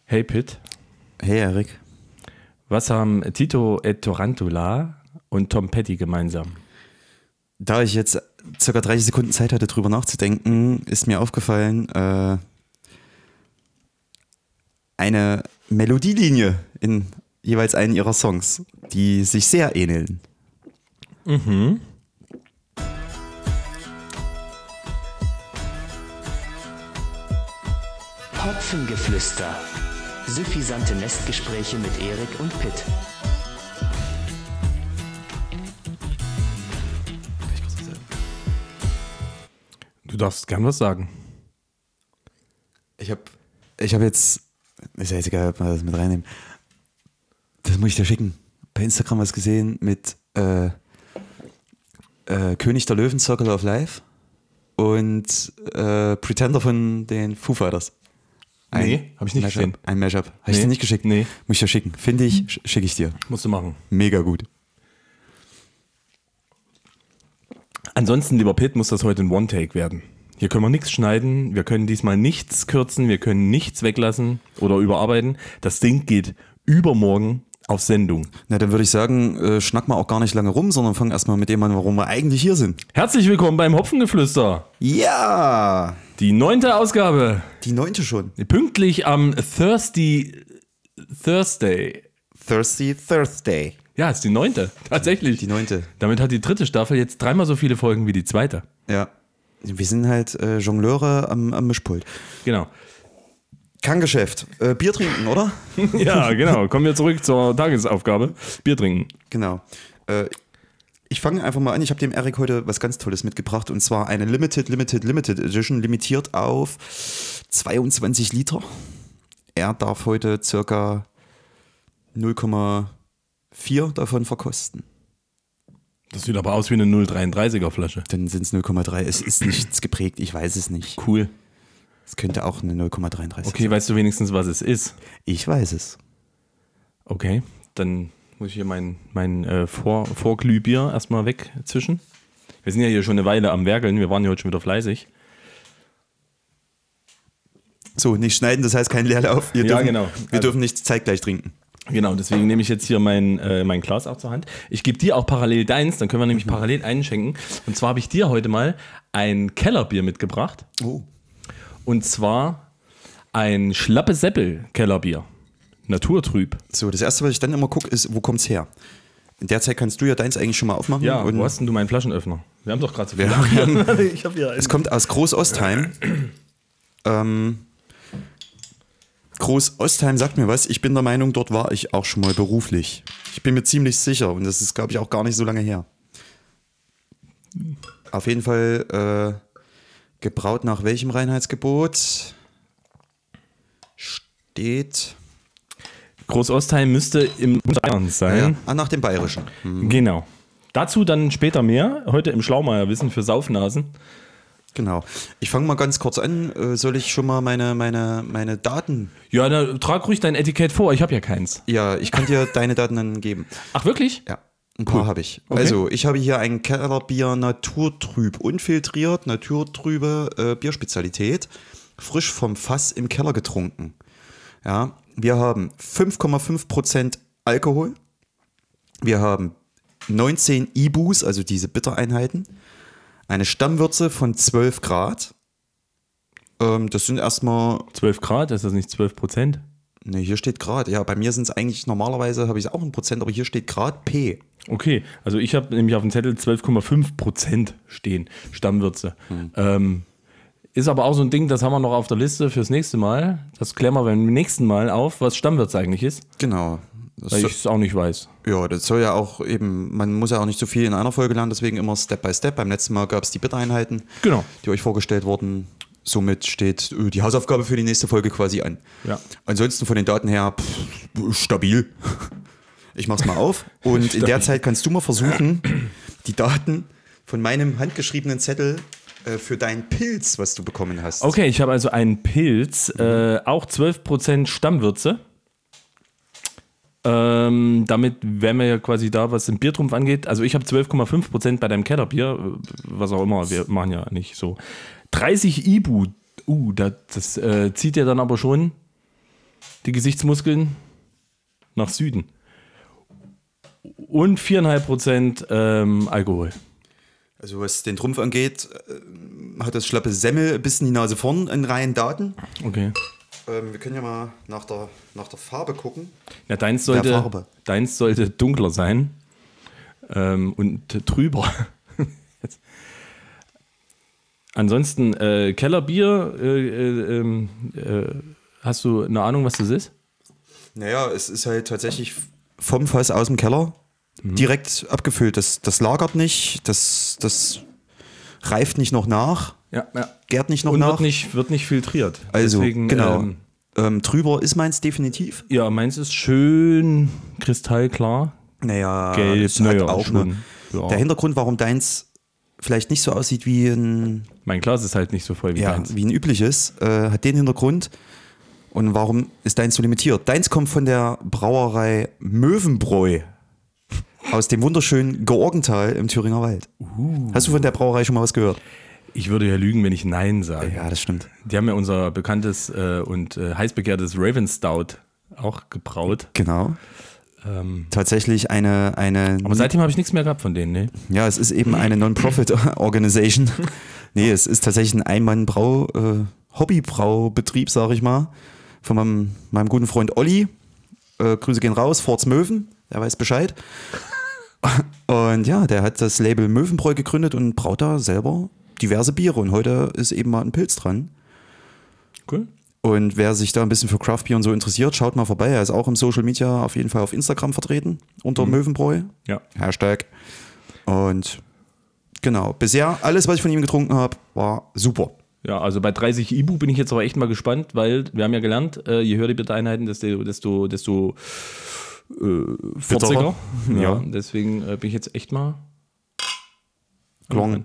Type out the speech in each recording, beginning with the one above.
Hey Pitt, Hey Erik. was haben Tito et Tarantula und Tom Petty gemeinsam? Da ich jetzt ca. 30 Sekunden Zeit hatte, drüber nachzudenken, ist mir aufgefallen, eine Melodielinie in jeweils einen ihrer Songs, die sich sehr ähneln. Mhm. Hopfengeflüster. Suffisante Nestgespräche mit Erik und Pitt. Du darfst gern was sagen. Ich hab jetzt, ist ja jetzt egal, ob wir das mit reinnehmen, das muss ich dir schicken, bei Instagram was gesehen mit König der Löwen, Circle of Life und Pretender von den Foo Fighters. Nee, hab ich nicht gesehen. Ein Mashup. Hast du dir nicht geschickt? Nee. Muss ich dir schicken. Finde ich, schicke ich dir. Musst du machen. Mega gut. Ansonsten, lieber Pitt, muss das heute ein One-Take werden. Hier können wir nichts schneiden, wir können diesmal nichts kürzen, wir können nichts weglassen oder überarbeiten. Das Ding geht übermorgen auf Sendung. Na, dann würde ich sagen, schnack mal auch gar nicht lange rum, sondern fang erstmal mit dem an, warum wir eigentlich hier sind. Herzlich willkommen beim Hopfengeflüster. Ja! Die 9. Ausgabe. Die 9. schon. Pünktlich am Thursday. Thirsty Thursday. Ja, ist die 9. Tatsächlich. Die 9. Damit hat die 3. Staffel jetzt 3-mal so viele Folgen wie die 2. Ja. Wir sind halt Jongleure am Mischpult. Genau. Kerngeschäft. Bier trinken, oder? Ja, genau. Kommen wir zurück zur Tagesaufgabe. Bier trinken. Genau. Ich fange einfach mal an. Ich habe dem Erik heute was ganz Tolles mitgebracht und zwar eine Limited Edition, limitiert auf 22 Liter. Er darf heute circa 0,4 davon verkosten. Das sieht aber aus wie eine 0,33er Flasche. Dann sind es 0,3. Es ist nichts geprägt, ich weiß es nicht. Cool. Es könnte auch eine 0,33 Okay, sein. weißt du wenigstens, was es ist? Ich weiß es. Okay, dann muss ich hier mein Vorglühbier erstmal wegzischen. Wir sind ja hier schon eine Weile am Werkeln, wir waren ja heute schon wieder fleißig. So, nicht schneiden, das heißt kein Leerlauf. Wir dürfen nicht zeitgleich trinken. Genau, deswegen nehme ich jetzt hier mein Glas auch zur Hand. Ich gebe dir auch parallel deins, dann können wir nämlich parallel einschenken. Und zwar habe ich dir heute mal ein Kellerbier mitgebracht. Oh. Und zwar ein Schlappe Seppel Kellerbier. Naturtrüb. So, das erste, was ich dann immer gucke, ist, wo kommt's her? In der Zeit kannst du ja deins eigentlich schon mal aufmachen. Ja, und wo hast denn du meinen Flaschenöffner? Wir haben doch gerade so viel. Ich hab hier es kommt aus Groß-Ostheim. Groß-Ostheim sagt mir was. Ich bin der Meinung, dort war ich auch schon mal beruflich. Ich bin mir ziemlich sicher und das ist, glaube ich, auch gar nicht so lange her. Auf jeden Fall gebraut nach welchem Reinheitsgebot? Steht... Groß-Ostheim müsste im Bayern sein. Ja, nach dem Bayerischen. Genau. Dazu dann später mehr. Heute im Schlaumeier-Wissen für Saufnasen. Genau. Ich fange mal ganz kurz an. Soll ich schon mal meine Daten... Ja, dann trag ruhig dein Etikett vor. Ich habe ja keins. Ja, ich kann dir deine Daten dann geben. Ach, wirklich? Ja, ein paar habe ich. Okay. Also, ich habe hier ein Kellerbier Naturtrüb, unfiltriert, naturtrübe Bierspezialität, frisch vom Fass im Keller getrunken. Ja, wir haben 5,5% Alkohol. Wir haben 19 IBUs, also diese Bittereinheiten. Eine Stammwürze von 12 Grad. Das sind erstmal... 12 Grad, ist das nicht 12%? Ne, hier steht Grad. Ja, bei mir sind es eigentlich, normalerweise habe ich es auch in Prozent, aber hier steht Grad P. Okay, also ich habe nämlich auf dem Zettel 12,5% stehen, Stammwürze. Ist aber auch so ein Ding, das haben wir noch auf der Liste fürs nächste Mal. Das klären wir beim nächsten Mal auf, was Stammwürze eigentlich ist. Genau. Weil ich es auch nicht weiß. Ja, das soll ja auch eben, man muss ja auch nicht so viel in einer Folge lernen, deswegen immer Step by Step. Beim letzten Mal gab es die Bittereinheiten, Genau. die euch vorgestellt wurden. Somit steht die Hausaufgabe für die nächste Folge quasi an. Ja. Ansonsten von den Daten her, stabil. Ich mach's mal auf und in der Zeit kannst du mal versuchen, die Daten von meinem handgeschriebenen Zettel für deinen Pilz, was du bekommen hast. Okay, ich habe also einen Pilz, auch 12% Stammwürze. Damit wären wir ja quasi da, was den Biertrumpf angeht. Also ich habe 12,5% bei deinem Kellerbier, was auch immer, wir machen ja nicht so. 30 IBU, das zieht ja dann aber schon die Gesichtsmuskeln nach Süden. Und 4,5% Alkohol. Also was den Trumpf angeht, hat das schlappe Semmel ein bisschen die Nase vorn in reinen Daten. Okay. Wir können ja mal nach der Farbe gucken. Ja, deins sollte dunkler sein und trüber. Ansonsten Kellerbier, hast du eine Ahnung, was das ist? Naja, es ist halt tatsächlich vom Fass aus dem Keller direkt abgefüllt. Das lagert nicht, das reift nicht noch nach, gärt nicht noch und nach. Wird nicht filtriert. Also, deswegen, genau. Trüber ist meins definitiv. Ja, meins ist schön kristallklar. Naja, gelb, es hat auch schon. Der Hintergrund, warum deins vielleicht nicht so aussieht wie ein... Mein Glas ist halt nicht so voll wie deins. Wie ein übliches, hat den Hintergrund. Und warum ist deins so limitiert? Deins kommt von der Brauerei Möwenbräu aus dem wunderschönen Georgental im Thüringer Wald. Hast du von der Brauerei schon mal was gehört? Ich würde ja lügen, wenn ich Nein sage. Ja, das stimmt. Die haben ja unser bekanntes und heiß begehrtes Raven Stout auch gebraut. Genau. Tatsächlich eine. Aber seitdem habe ich nichts mehr gehabt von denen, ne? Ja, es ist eben eine Non-Profit-Organisation. Nee, es ist tatsächlich ein Ein-Mann-Hobbybraubetrieb, sage ich mal. Von meinem guten Freund Olli. Grüße gehen raus, Forts Möwen, der weiß Bescheid. Und ja, der hat das Label Möwenbräu gegründet und braut da selber diverse Biere. Und heute ist eben mal ein Pilz dran. Cool. Und wer sich da ein bisschen für Craft Beer und so interessiert, schaut mal vorbei. Er ist auch im Social Media auf jeden Fall auf Instagram vertreten, unter Möwenbräu. Ja. Hashtag. Und genau, bisher alles, was ich von ihm getrunken habe, war super. Ja, also bei 30 Ibu bin ich jetzt aber echt mal gespannt, weil wir haben ja gelernt, je höher die Bittereinheiten, desto forziger. Ja, deswegen bin ich jetzt echt mal Klong.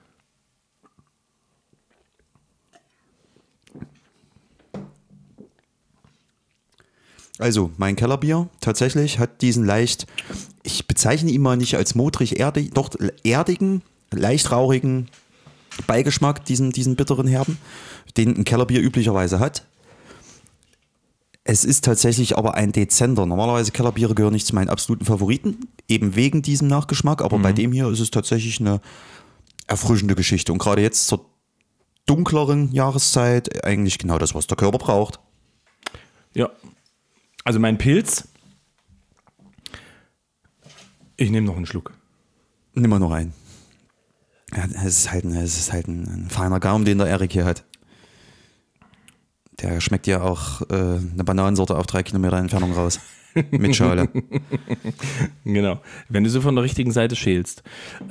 Also, mein Kellerbier tatsächlich hat diesen leicht, ich bezeichne ihn mal nicht als modrig, erdigen, leicht rauchigen Beigeschmack, diesen bitteren Herben, den ein Kellerbier üblicherweise hat. Es ist tatsächlich aber ein dezenter. Normalerweise Kellerbiere gehören nicht zu meinen absoluten Favoriten, eben wegen diesem Nachgeschmack, aber bei dem hier ist es tatsächlich eine erfrischende Geschichte. Und gerade jetzt zur dunkleren Jahreszeit eigentlich genau das, was der Körper braucht. Ja. Also mein Pilz. Ich nehme noch einen Schluck. Nimm mal noch einen. Ja, es ist halt ein feiner Gaumen, den der Erik hier hat. Der schmeckt ja auch eine Bananensorte auf 3 Kilometer Entfernung raus. Mit Schale. Genau. Wenn du so von der richtigen Seite schälst.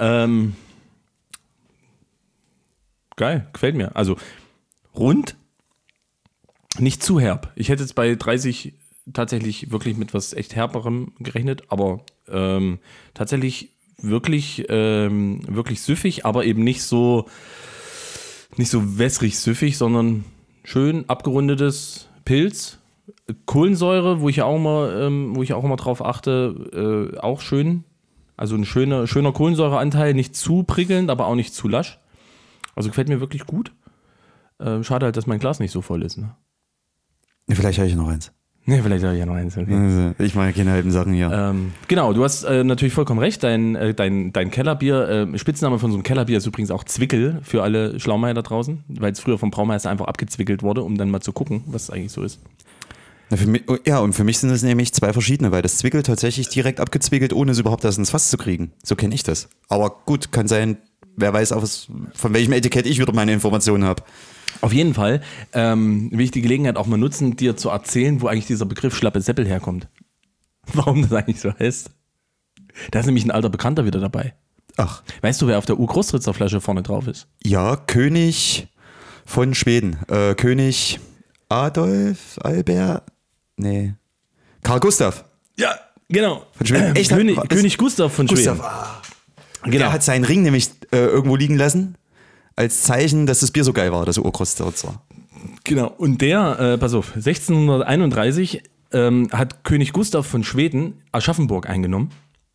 Geil, gefällt mir. Also rund, nicht zu herb. Ich hätte jetzt bei 30 tatsächlich wirklich mit was echt Herberem gerechnet, aber tatsächlich wirklich süffig, aber eben nicht so wässrig süffig, sondern schön abgerundetes Pilz. Kohlensäure, wo ich auch immer drauf achte, auch schön. Also ein schöner Kohlensäureanteil, nicht zu prickelnd, aber auch nicht zu lasch. Also gefällt mir wirklich gut. Schade halt, dass mein Glas nicht so voll ist. Ne? Vielleicht habe ich noch eins. Ne, vielleicht habe ich ja noch eins. Okay. Also, ich mache keine halben Sachen hier. Genau, du hast natürlich vollkommen recht. Dein Kellerbier, Spitzname von so einem Kellerbier ist übrigens auch Zwickel für alle Schlaumeier da draußen, weil es früher vom Braumeister einfach abgezwickelt wurde, um dann mal zu gucken, was es eigentlich so ist. Und für mich sind es nämlich zwei verschiedene, weil das Zwickel tatsächlich direkt abgezwickelt, ohne es überhaupt erst ins Fass zu kriegen. So kenne ich das. Aber gut, kann sein, wer weiß, von welchem Etikett ich wieder meine Informationen habe. Auf jeden Fall will ich die Gelegenheit auch mal nutzen, dir zu erzählen, wo eigentlich dieser Begriff schlappe Seppel herkommt. Warum das eigentlich so heißt. Da ist nämlich ein alter Bekannter wieder dabei. Ach. Weißt du, wer auf der U-Großritzer-Flasche vorne drauf ist? Ja, König von Schweden. König Adolf, Albert, nee, Karl Gustav. Ja, genau. Von Schweden. Echt? König Gustav von Schweden. Genau. Der hat seinen Ring nämlich irgendwo liegen lassen, als Zeichen, dass das Bier so geil war, das Urgroßritzer. Genau, und der, pass auf, 1631 hat König Gustav von Schweden Aschaffenburg eingenommen.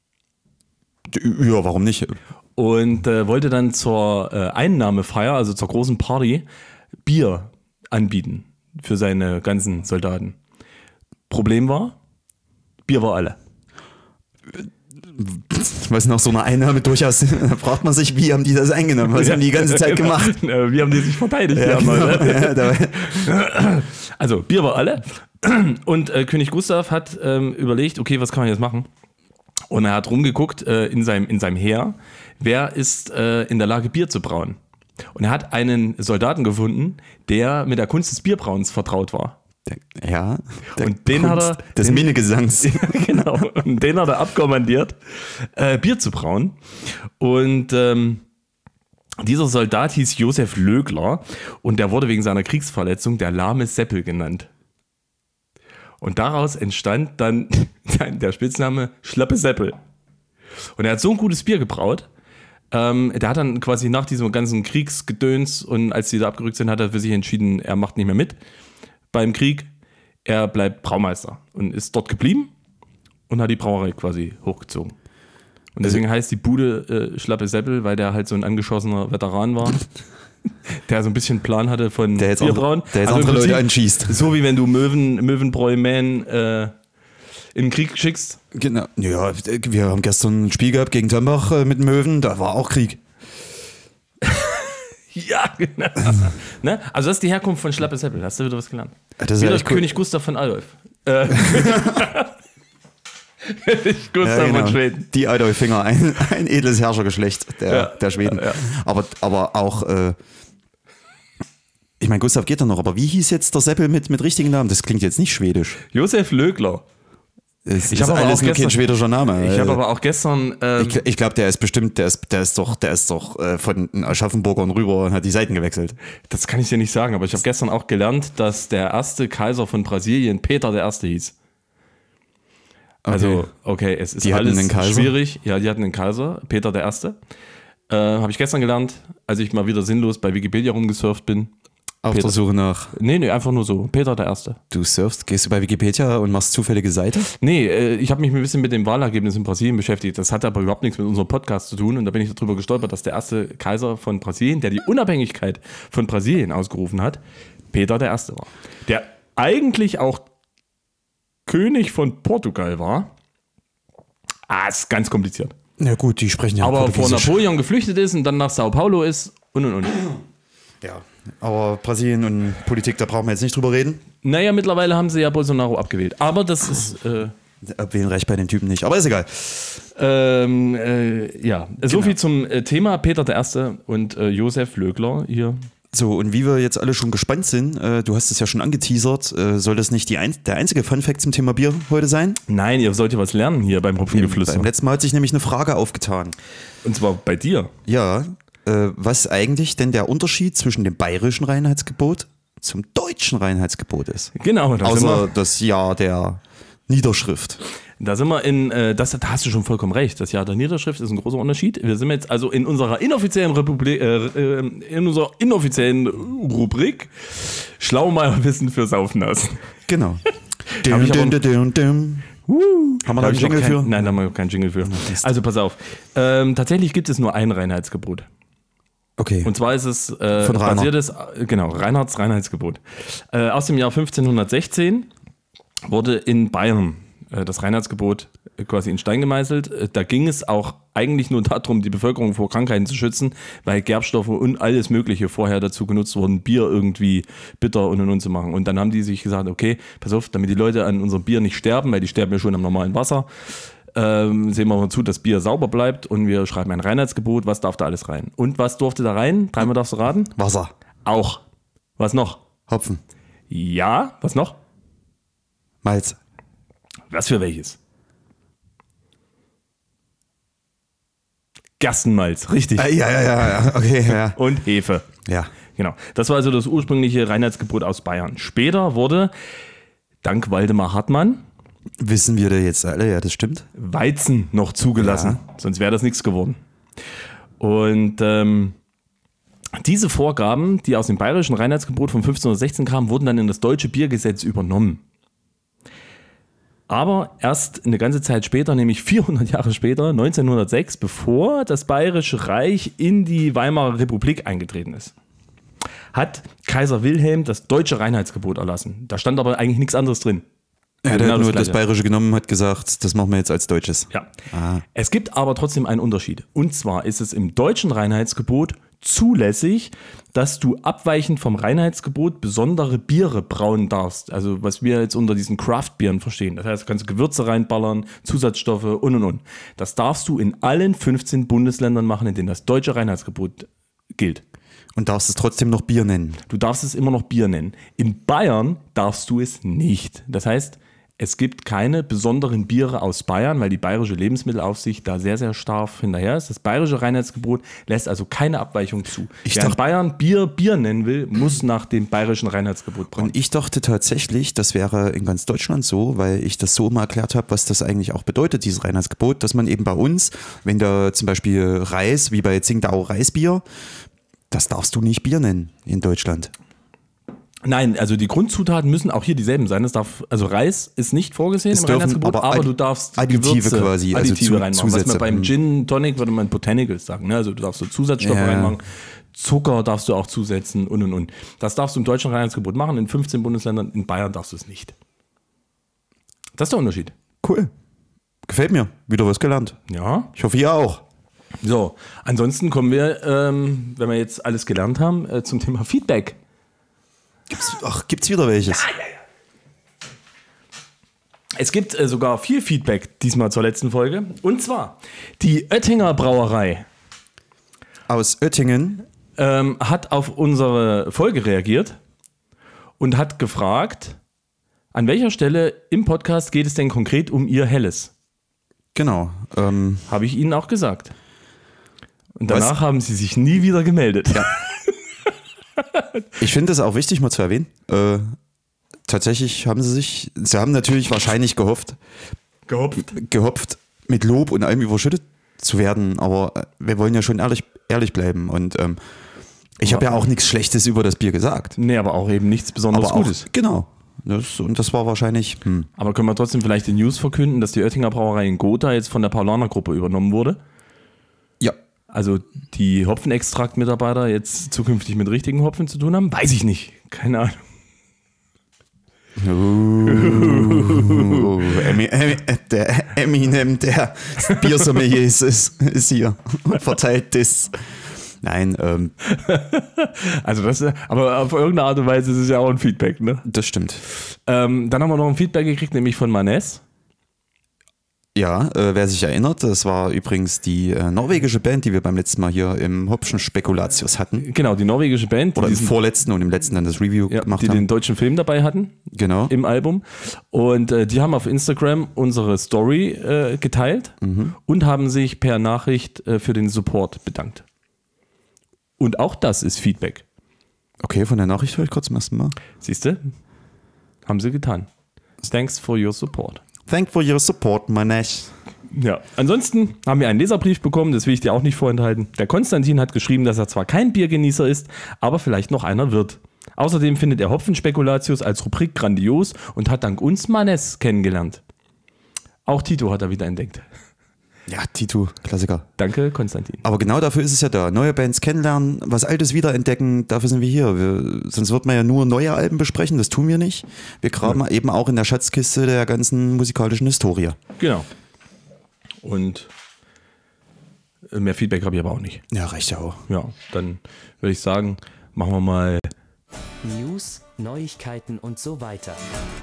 Ja, warum nicht? Und wollte dann zur Einnahmefeier, also zur großen Party, Bier anbieten für seine ganzen Soldaten. Problem war, Bier war alle. Was nach so einer Einnahme durchaus, da fragt man sich, wie haben die das eingenommen? Was haben die ganze Zeit gemacht? Wie haben die sich verteidigt? Ja, genau. Also, Bier war alle. Und König Gustav hat überlegt, okay, was kann man jetzt machen? Und er hat rumgeguckt in seinem Heer, wer ist in der Lage, Bier zu brauen. Und er hat einen Soldaten gefunden, der mit der Kunst des Bierbrauens vertraut war. Ja, und den Kunst hat er. Des Minnegesangs. Genau, und den hat er abkommandiert, Bier zu brauen. Und dieser Soldat hieß Josef Lögler und der wurde wegen seiner Kriegsverletzung der lahme Seppel genannt. Und daraus entstand dann der Spitzname Schlappe Seppel. Und er hat so ein gutes Bier gebraut. Der hat dann quasi nach diesem ganzen Kriegsgedöns und als die da abgerückt sind, hat er für sich entschieden, er macht nicht mehr mit beim Krieg. Er bleibt Braumeister und ist dort geblieben und hat die Brauerei quasi hochgezogen. Und deswegen heißt die Bude Schlappe Seppel, weil der halt so ein angeschossener Veteran war, der so ein bisschen Plan hatte von Bierbrauen. Der jetzt andere Leute anschießt. So wie wenn du Möwenbräu-Man in den Krieg schickst. Genau. Ja, wir haben gestern ein Spiel gehabt gegen Tambach mit Möwen, da war auch Krieg. Ja, genau. Ne? Also das ist die Herkunft von Schlappe Seppel. Hast du wieder was gelernt? Das ist wieder ja König Gustav von Adolf. König Gustav von Schweden. Die Adolfinger, ein edles Herrschergeschlecht der Schweden. Ja. Aber auch, ich meine, Gustav geht doch noch, aber wie hieß jetzt der Seppel mit richtigen Namen? Das klingt jetzt nicht schwedisch. Josef Lögler. Ich habe alles nur kein schwedischer Name. Ich habe aber auch gestern. Ich glaube, der ist bestimmt, der ist doch von den Aschaffenburgern rüber und hat die Seiten gewechselt. Das kann ich dir nicht sagen, aber ich habe gestern auch gelernt, dass der erste Kaiser von Brasilien Peter der Erste hieß. Also, okay, es ist alles schwierig. Ja, die hatten einen Kaiser, Peter der Erste. Habe ich gestern gelernt, als ich mal wieder sinnlos bei Wikipedia rumgesurft bin. Auf der Suche nach. Nee, einfach nur so. Peter der Erste. Du surfst, gehst du bei Wikipedia und machst zufällige Seite? Nee, ich habe mich ein bisschen mit dem Wahlergebnis in Brasilien beschäftigt. Das hat aber überhaupt nichts mit unserem Podcast zu tun. Und da bin ich darüber gestolpert, dass der erste Kaiser von Brasilien, der die Unabhängigkeit von Brasilien ausgerufen hat, Peter der Erste war. Der eigentlich auch König von Portugal war. Ist ganz kompliziert. Na gut, die sprechen ja aber vor Napoleon geflüchtet ist und dann nach Sao Paulo ist und. Ja, aber Brasilien und Politik, da brauchen wir jetzt nicht drüber reden. Naja, mittlerweile haben sie ja Bolsonaro abgewählt. Aber das ist. Abwählen reicht bei den Typen nicht, aber ist egal. Ja, so viel zum Thema Peter der Erste und Josef Lögler hier. So, und wie wir jetzt alle schon gespannt sind, du hast es ja schon angeteasert, soll das nicht der einzige Funfact zum Thema Bier heute sein? Nein, ihr sollt ja was lernen hier beim Hopfengeflüster. Beim letzten Mal hat sich nämlich eine Frage aufgetan. Und zwar bei dir? Ja, was eigentlich denn der Unterschied zwischen dem bayerischen Reinheitsgebot zum deutschen Reinheitsgebot ist. Genau. Außer das Jahr der Niederschrift. Da sind wir da hast du schon vollkommen recht. Das Jahr der Niederschrift ist ein großer Unterschied. Wir sind jetzt also in unserer inoffiziellen Rubrik Schlaumeier-Wissen für Saufnasen. Genau. Haben wir da einen Jingle für? Nein, da haben wir keinen Jingle für. Also pass auf. Tatsächlich gibt es nur ein Reinheitsgebot. Okay. Und zwar ist es von basiertes, Reinhards Reinheitsgebot. Aus dem Jahr 1516 wurde in Bayern das Reinheitsgebot quasi in Stein gemeißelt. Da ging es auch eigentlich nur darum, die Bevölkerung vor Krankheiten zu schützen, weil Gerbstoffe und alles Mögliche vorher dazu genutzt wurden, Bier irgendwie bitter und zu machen. Und dann haben die sich gesagt, okay, pass auf, damit die Leute an unserem Bier nicht sterben, weil die sterben ja schon am normalen Wasser, sehen wir mal zu, dass Bier sauber bleibt und wir schreiben ein Reinheitsgebot, was darf da alles rein? Und was durfte da rein? Dreimal darfst du raten? Wasser. Auch. Was noch? Hopfen. Ja, was noch? Malz. Was für welches? Gerstenmalz, richtig. Ja, okay, ja. Und Hefe. Ja. Genau. Das war also das ursprüngliche Reinheitsgebot aus Bayern. Später wurde, dank Waldemar Hartmann, wissen wir da jetzt alle, ja, das stimmt. Weizen noch zugelassen. Ja. Sonst wäre das nichts geworden. Und diese Vorgaben, die aus dem bayerischen Reinheitsgebot von 1516 kamen, wurden dann in das deutsche Biergesetz übernommen. Aber erst eine ganze Zeit später, nämlich 400 Jahre später, 1906, bevor das Bayerische Reich in die Weimarer Republik eingetreten ist, hat Kaiser Wilhelm das deutsche Reinheitsgebot erlassen. Da stand aber eigentlich nichts anderes drin. Er hat Genau nur das Gleiche. Bayerische genommen, hat gesagt, das machen wir jetzt als Deutsches. Ja. Ah. Es gibt aber trotzdem einen Unterschied. Und zwar ist es im deutschen Reinheitsgebot zulässig, dass du abweichend vom Reinheitsgebot besondere Biere brauen darfst. Also was wir jetzt unter diesen Craft-Bieren verstehen. Das heißt, du kannst Gewürze reinballern, Zusatzstoffe und. Das darfst du in allen 15 Bundesländern machen, in denen das deutsche Reinheitsgebot gilt. Und darfst es trotzdem noch Bier nennen. Du darfst es immer noch Bier nennen. In Bayern darfst du es nicht. Das heißt, es gibt keine besonderen Biere aus Bayern, weil die bayerische Lebensmittelaufsicht da sehr, sehr stark hinterher ist. Das bayerische Reinheitsgebot lässt also keine Abweichung zu. Wer in Bayern Bier nennen will, muss nach dem bayerischen Reinheitsgebot brauen. Und ich dachte tatsächlich, das wäre in ganz Deutschland so, weil ich das so mal erklärt habe, was das eigentlich auch bedeutet, dieses Reinheitsgebot, dass man eben bei uns, wenn da zum Beispiel Reis, wie bei Tsingtao Reisbier, das darfst du nicht Bier nennen in Deutschland. Nein, also die Grundzutaten müssen auch hier dieselben sein. Also Reis ist nicht vorgesehen im Reinheitsgebot, aber du darfst Additive Gewürze, quasi, also Additive reinmachen. Zusätze. Was man beim Gin Tonic würde man Botanicals sagen. Ne? Also du darfst so Zusatzstoffe reinmachen. Zucker darfst du auch zusetzen und. Das darfst du im deutschen Reinheitsgebot machen, in 15 Bundesländern, in Bayern darfst du es nicht. Das ist der Unterschied. Cool. Gefällt mir. Wieder was gelernt. Ja. Ich hoffe, ihr auch. So, ansonsten kommen wir, wenn wir jetzt alles gelernt haben, zum Thema Feedback. Gibt's wieder welches? Es gibt sogar viel Feedback diesmal zur letzten Folge. Und zwar, die Oettinger Brauerei Aus Oettingen. hat auf unsere Folge reagiert und hat gefragt, an welcher Stelle im Podcast geht es denn konkret um ihr Helles? Genau. Habe ich Ihnen auch gesagt. Und danach haben sie sich nie wieder gemeldet. Ja. Ich finde es auch wichtig, mal zu erwähnen. Tatsächlich haben sie haben natürlich wahrscheinlich gehofft, mit Lob und allem überschüttet zu werden, aber wir wollen ja schon ehrlich bleiben und ich habe ja auch nichts Schlechtes über das Bier gesagt. Nee, aber auch eben nichts besonders Aber auch, Gutes. genau. Das war wahrscheinlich. Aber können wir trotzdem vielleicht die News verkünden, dass die Oettinger Brauerei in Gotha jetzt von der Paulaner-Gruppe übernommen wurde? Ja. Also die Hopfenextrakt-Mitarbeiter jetzt zukünftig mit richtigen Hopfen zu tun haben? Weiß ich nicht. Keine Ahnung. Der Eminem, der Biersommelier ist hier und verteilt das. Nein, Also aber auf irgendeine Art und Weise ist es ja auch ein Feedback, ne? das stimmt. Dann haben wir noch ein Feedback gekriegt, nämlich von Manes. Ja, wer sich erinnert, das war übrigens die norwegische Band, die wir beim letzten Mal hier im Hopfschen Spekulatius hatten. Genau, die norwegische Band, Oder im diesen- vorletzten und im letzten dann das Review ja, gemacht die haben. den deutschen Film dabei hatten. Genau. Im Album. Und die haben auf Instagram unsere Story geteilt und haben sich per Nachricht für den Support bedankt. Und auch das ist Feedback. Okay, von der Nachricht höre ich kurz zum ersten Mal. Siehst du? Haben sie getan. Thanks for your support. Thank for your support, Manesh. Ja, ansonsten haben wir einen Leserbrief bekommen, das will ich dir auch nicht vorenthalten. Der Konstantin hat geschrieben, dass er zwar kein Biergenießer ist, aber vielleicht noch einer wird. Außerdem findet er Hopfenspekulatius als Rubrik grandios und hat dank uns Manes kennengelernt. Auch Tito hat er wieder entdeckt. Ja, Tito, Klassiker. Danke, Konstantin. Aber genau dafür ist es ja da. Neue Bands kennenlernen, was Altes wiederentdecken, dafür sind wir hier. Sonst wird man ja nur neue Alben besprechen, das tun wir nicht. Wir graben eben auch in der Schatzkiste der ganzen musikalischen Historie. Genau. Und mehr Feedback habe ich aber auch nicht. Ja, reicht ja auch. Ja, dann würde ich sagen, machen wir mal. News, Neuigkeiten und so weiter.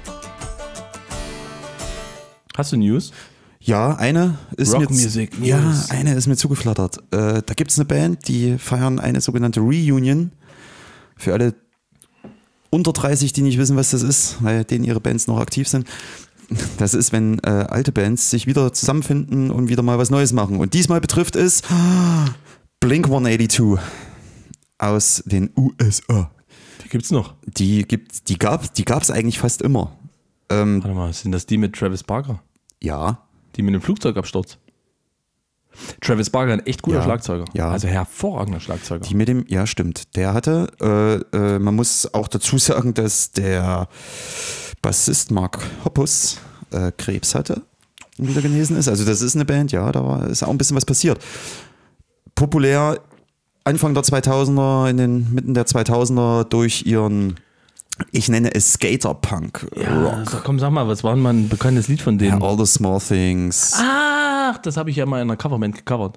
Hast du News? Ja, eine ist Rock mir Music News. Ja, eine ist mir zugeflattert. Da gibt es eine Band, die feiern eine sogenannte Reunion. Für alle unter 30, die nicht wissen, was das ist, weil denen ihre Bands noch aktiv sind. Das ist, wenn alte Bands sich wieder zusammenfinden und wieder mal was Neues machen. Und diesmal betrifft es Blink 182 aus den USA. Die gibt's noch. Die gab's eigentlich fast immer. Warte mal, sind das die mit Travis Barker? Ja. Die mit dem Flugzeugabsturz? Travis Barker, ein echt guter Ja, Schlagzeuger. ja. Also hervorragender Schlagzeuger. Die mit dem, ja stimmt, der hatte, man muss auch dazu sagen, dass der Bassist Mark Hoppus Krebs hatte und wieder genesen ist. Also das ist eine Band, ja, ist auch ein bisschen was passiert. Populär Anfang der 2000er, mitten der 2000er durch ihren Ich nenne es Skaterpunk Rock. Komm, sag mal, was war denn mal ein bekanntes Lied von denen? Ja, All the Small Things. Ach, das habe ich ja mal in einer Coverband gecovert.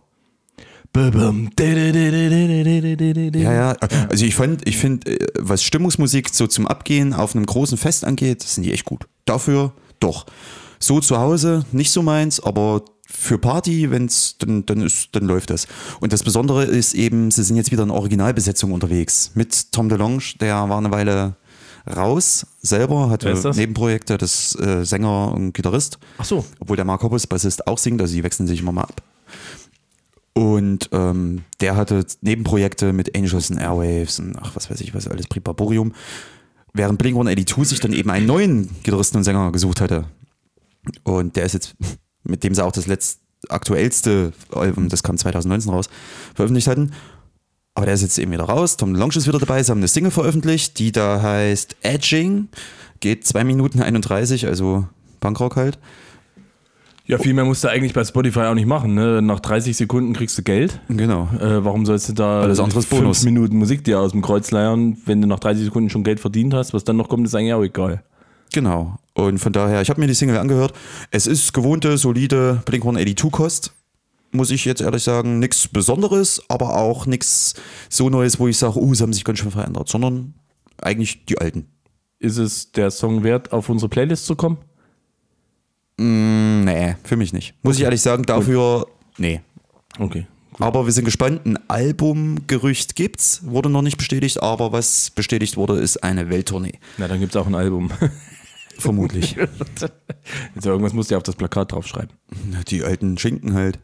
Ja. Also ich finde, was Stimmungsmusik so zum Abgehen auf einem großen Fest angeht, sind die echt gut. Dafür doch. So zu Hause nicht so meins, aber für Party, wenn's dann läuft das. Und das Besondere ist eben, sie sind jetzt wieder in Originalbesetzung unterwegs. Mit Tom DeLonge, der war eine Weile raus, selber, hatte Nebenprojekte, das Sänger und Gitarrist. Ach so. Obwohl der Mark Hoppus, Bassist, auch singt, also die wechseln sich immer mal ab. Und der hatte Nebenprojekte mit Angels and Airwaves und ach, was weiß ich, was alles, Pripaborium. Während Blink-182 sich dann eben einen neuen Gitarristen und Sänger gesucht hatte. Und der ist jetzt, mit dem sie auch das aktuellste Album, das kam 2019 raus, veröffentlicht hatten. Aber der ist jetzt eben wieder raus. Tom DeLonge ist wieder dabei. Sie haben eine Single veröffentlicht, die da heißt Edging. Geht 2 Minuten 31, also Punkrock halt. Ja, viel mehr musst du eigentlich bei Spotify auch nicht machen. Ne? Nach 30 Sekunden kriegst du Geld. Genau. Warum sollst du da Alles andere ist Bonus. 5 Minuten Musik dir aus dem Kreuz leiern, wenn du nach 30 Sekunden schon Geld verdient hast? Was dann noch kommt, ist eigentlich auch egal. Genau. Und von daher, ich habe mir die Single angehört. Es ist gewohnte, solide Blink-182-Kost. Muss ich jetzt ehrlich sagen, nichts Besonderes, aber auch nichts so Neues, wo ich sage, sie haben sich ganz schön verändert, sondern eigentlich die alten. Ist es der Song wert, auf unsere Playlist zu kommen? Nee, für mich nicht. Muss ich ehrlich sagen, dafür, nee. Okay. Aber wir sind gespannt, ein Albumgerücht gibt's, wurde noch nicht bestätigt, aber was bestätigt wurde, ist eine Welttournee. Na, dann gibt es auch ein Album. Vermutlich. Also irgendwas musst du ja auf das Plakat draufschreiben. Die alten Schinken halt.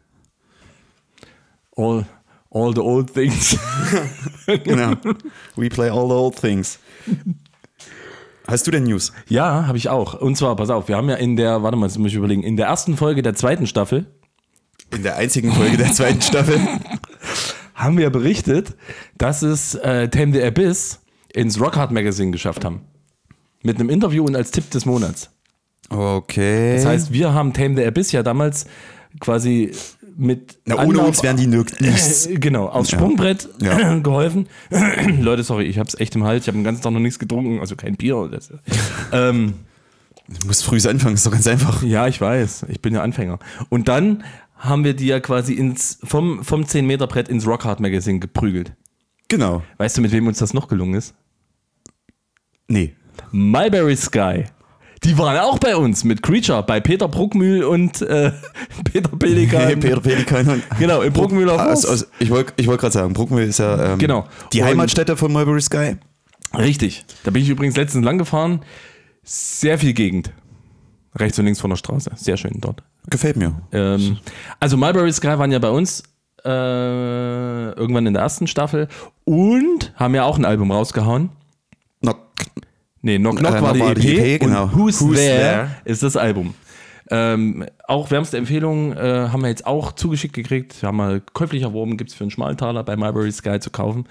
All the old things. Genau. We play all the old things. Hast du denn News? Ja, habe ich auch. Und zwar, pass auf, wir haben ja in der, warte mal, jetzt muss ich überlegen, in der ersten Folge der 2. Staffel. In der einzigen Folge der 2. Staffel. Haben wir berichtet, dass es Tame the Abyss ins Rockhard Magazine geschafft haben. Mit einem Interview und als Tipp des Monats. Okay. Das heißt, wir haben Tame the Abyss ja damals quasi mit ohne uns wären die nichts. Genau, aufs Sprungbrett geholfen. Leute, sorry, ich hab's echt im Hals. Ich habe den ganzen Tag noch nichts getrunken, also kein Bier oder so. Du musst früh anfangen, ist doch ganz einfach. Ja, ich weiß. Ich bin ja Anfänger. Und dann haben wir die ja quasi vom 10-Meter-Brett ins Rockhard Magazine geprügelt. Genau. Weißt du, mit wem uns das noch gelungen ist? Nee. Mulberry Sky. Die waren auch bei uns mit Creature, bei Peter Bruckmühl und Peter Pelikan. Peter Pelikan. Und genau, in Bruckmühl auf Hof. Ich wollte gerade sagen, Bruckmühl ist ja genau. Die Heimatstätte von Mulberry Sky. Richtig. Da bin ich übrigens letztens lang gefahren. Sehr viel Gegend. Rechts und links von der Straße. Sehr schön dort. Gefällt mir. Also Mulberry Sky waren ja bei uns irgendwann in der ersten Staffel und haben ja auch ein Album rausgehauen. Knock war die EP, genau. Und Who's There ist das Album. Auch wärmste Empfehlung haben wir jetzt auch zugeschickt gekriegt. Wir haben mal käuflich erworben, gibt es für einen Schmaltaler bei Mulberry Sky zu kaufen.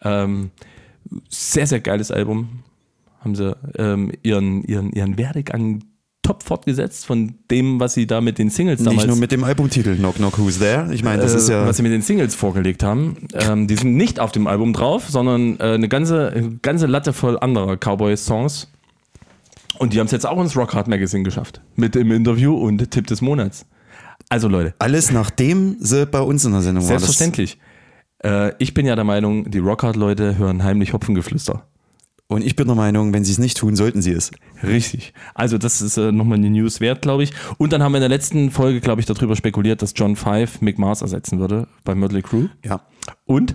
Sehr, sehr geiles Album. Haben sie ihren Werdegang top fortgesetzt von dem, was sie da mit den Singles damals... Nicht nur mit dem Albumtitel Knock Knock Who's There. Ich meine, das ist ja... Was sie mit den Singles vorgelegt haben. Die sind nicht auf dem Album drauf, sondern eine ganze Latte voll anderer Cowboy-Songs. Und die haben es jetzt auch ins Rockhard Magazine geschafft. Mit dem Interview und Tipp des Monats. Also Leute. Alles nachdem sie bei uns in der Sendung waren. Selbstverständlich. Ich bin ja der Meinung, die Rockhard-Leute hören heimlich Hopfengeflüster. Und ich bin der Meinung, wenn sie es nicht tun, sollten sie es. Richtig. Also das ist nochmal eine News wert, glaube ich. Und dann haben wir in der letzten Folge, glaube ich, darüber spekuliert, dass John Five Mick Mars ersetzen würde bei Mötley Crüe. Ja. Und?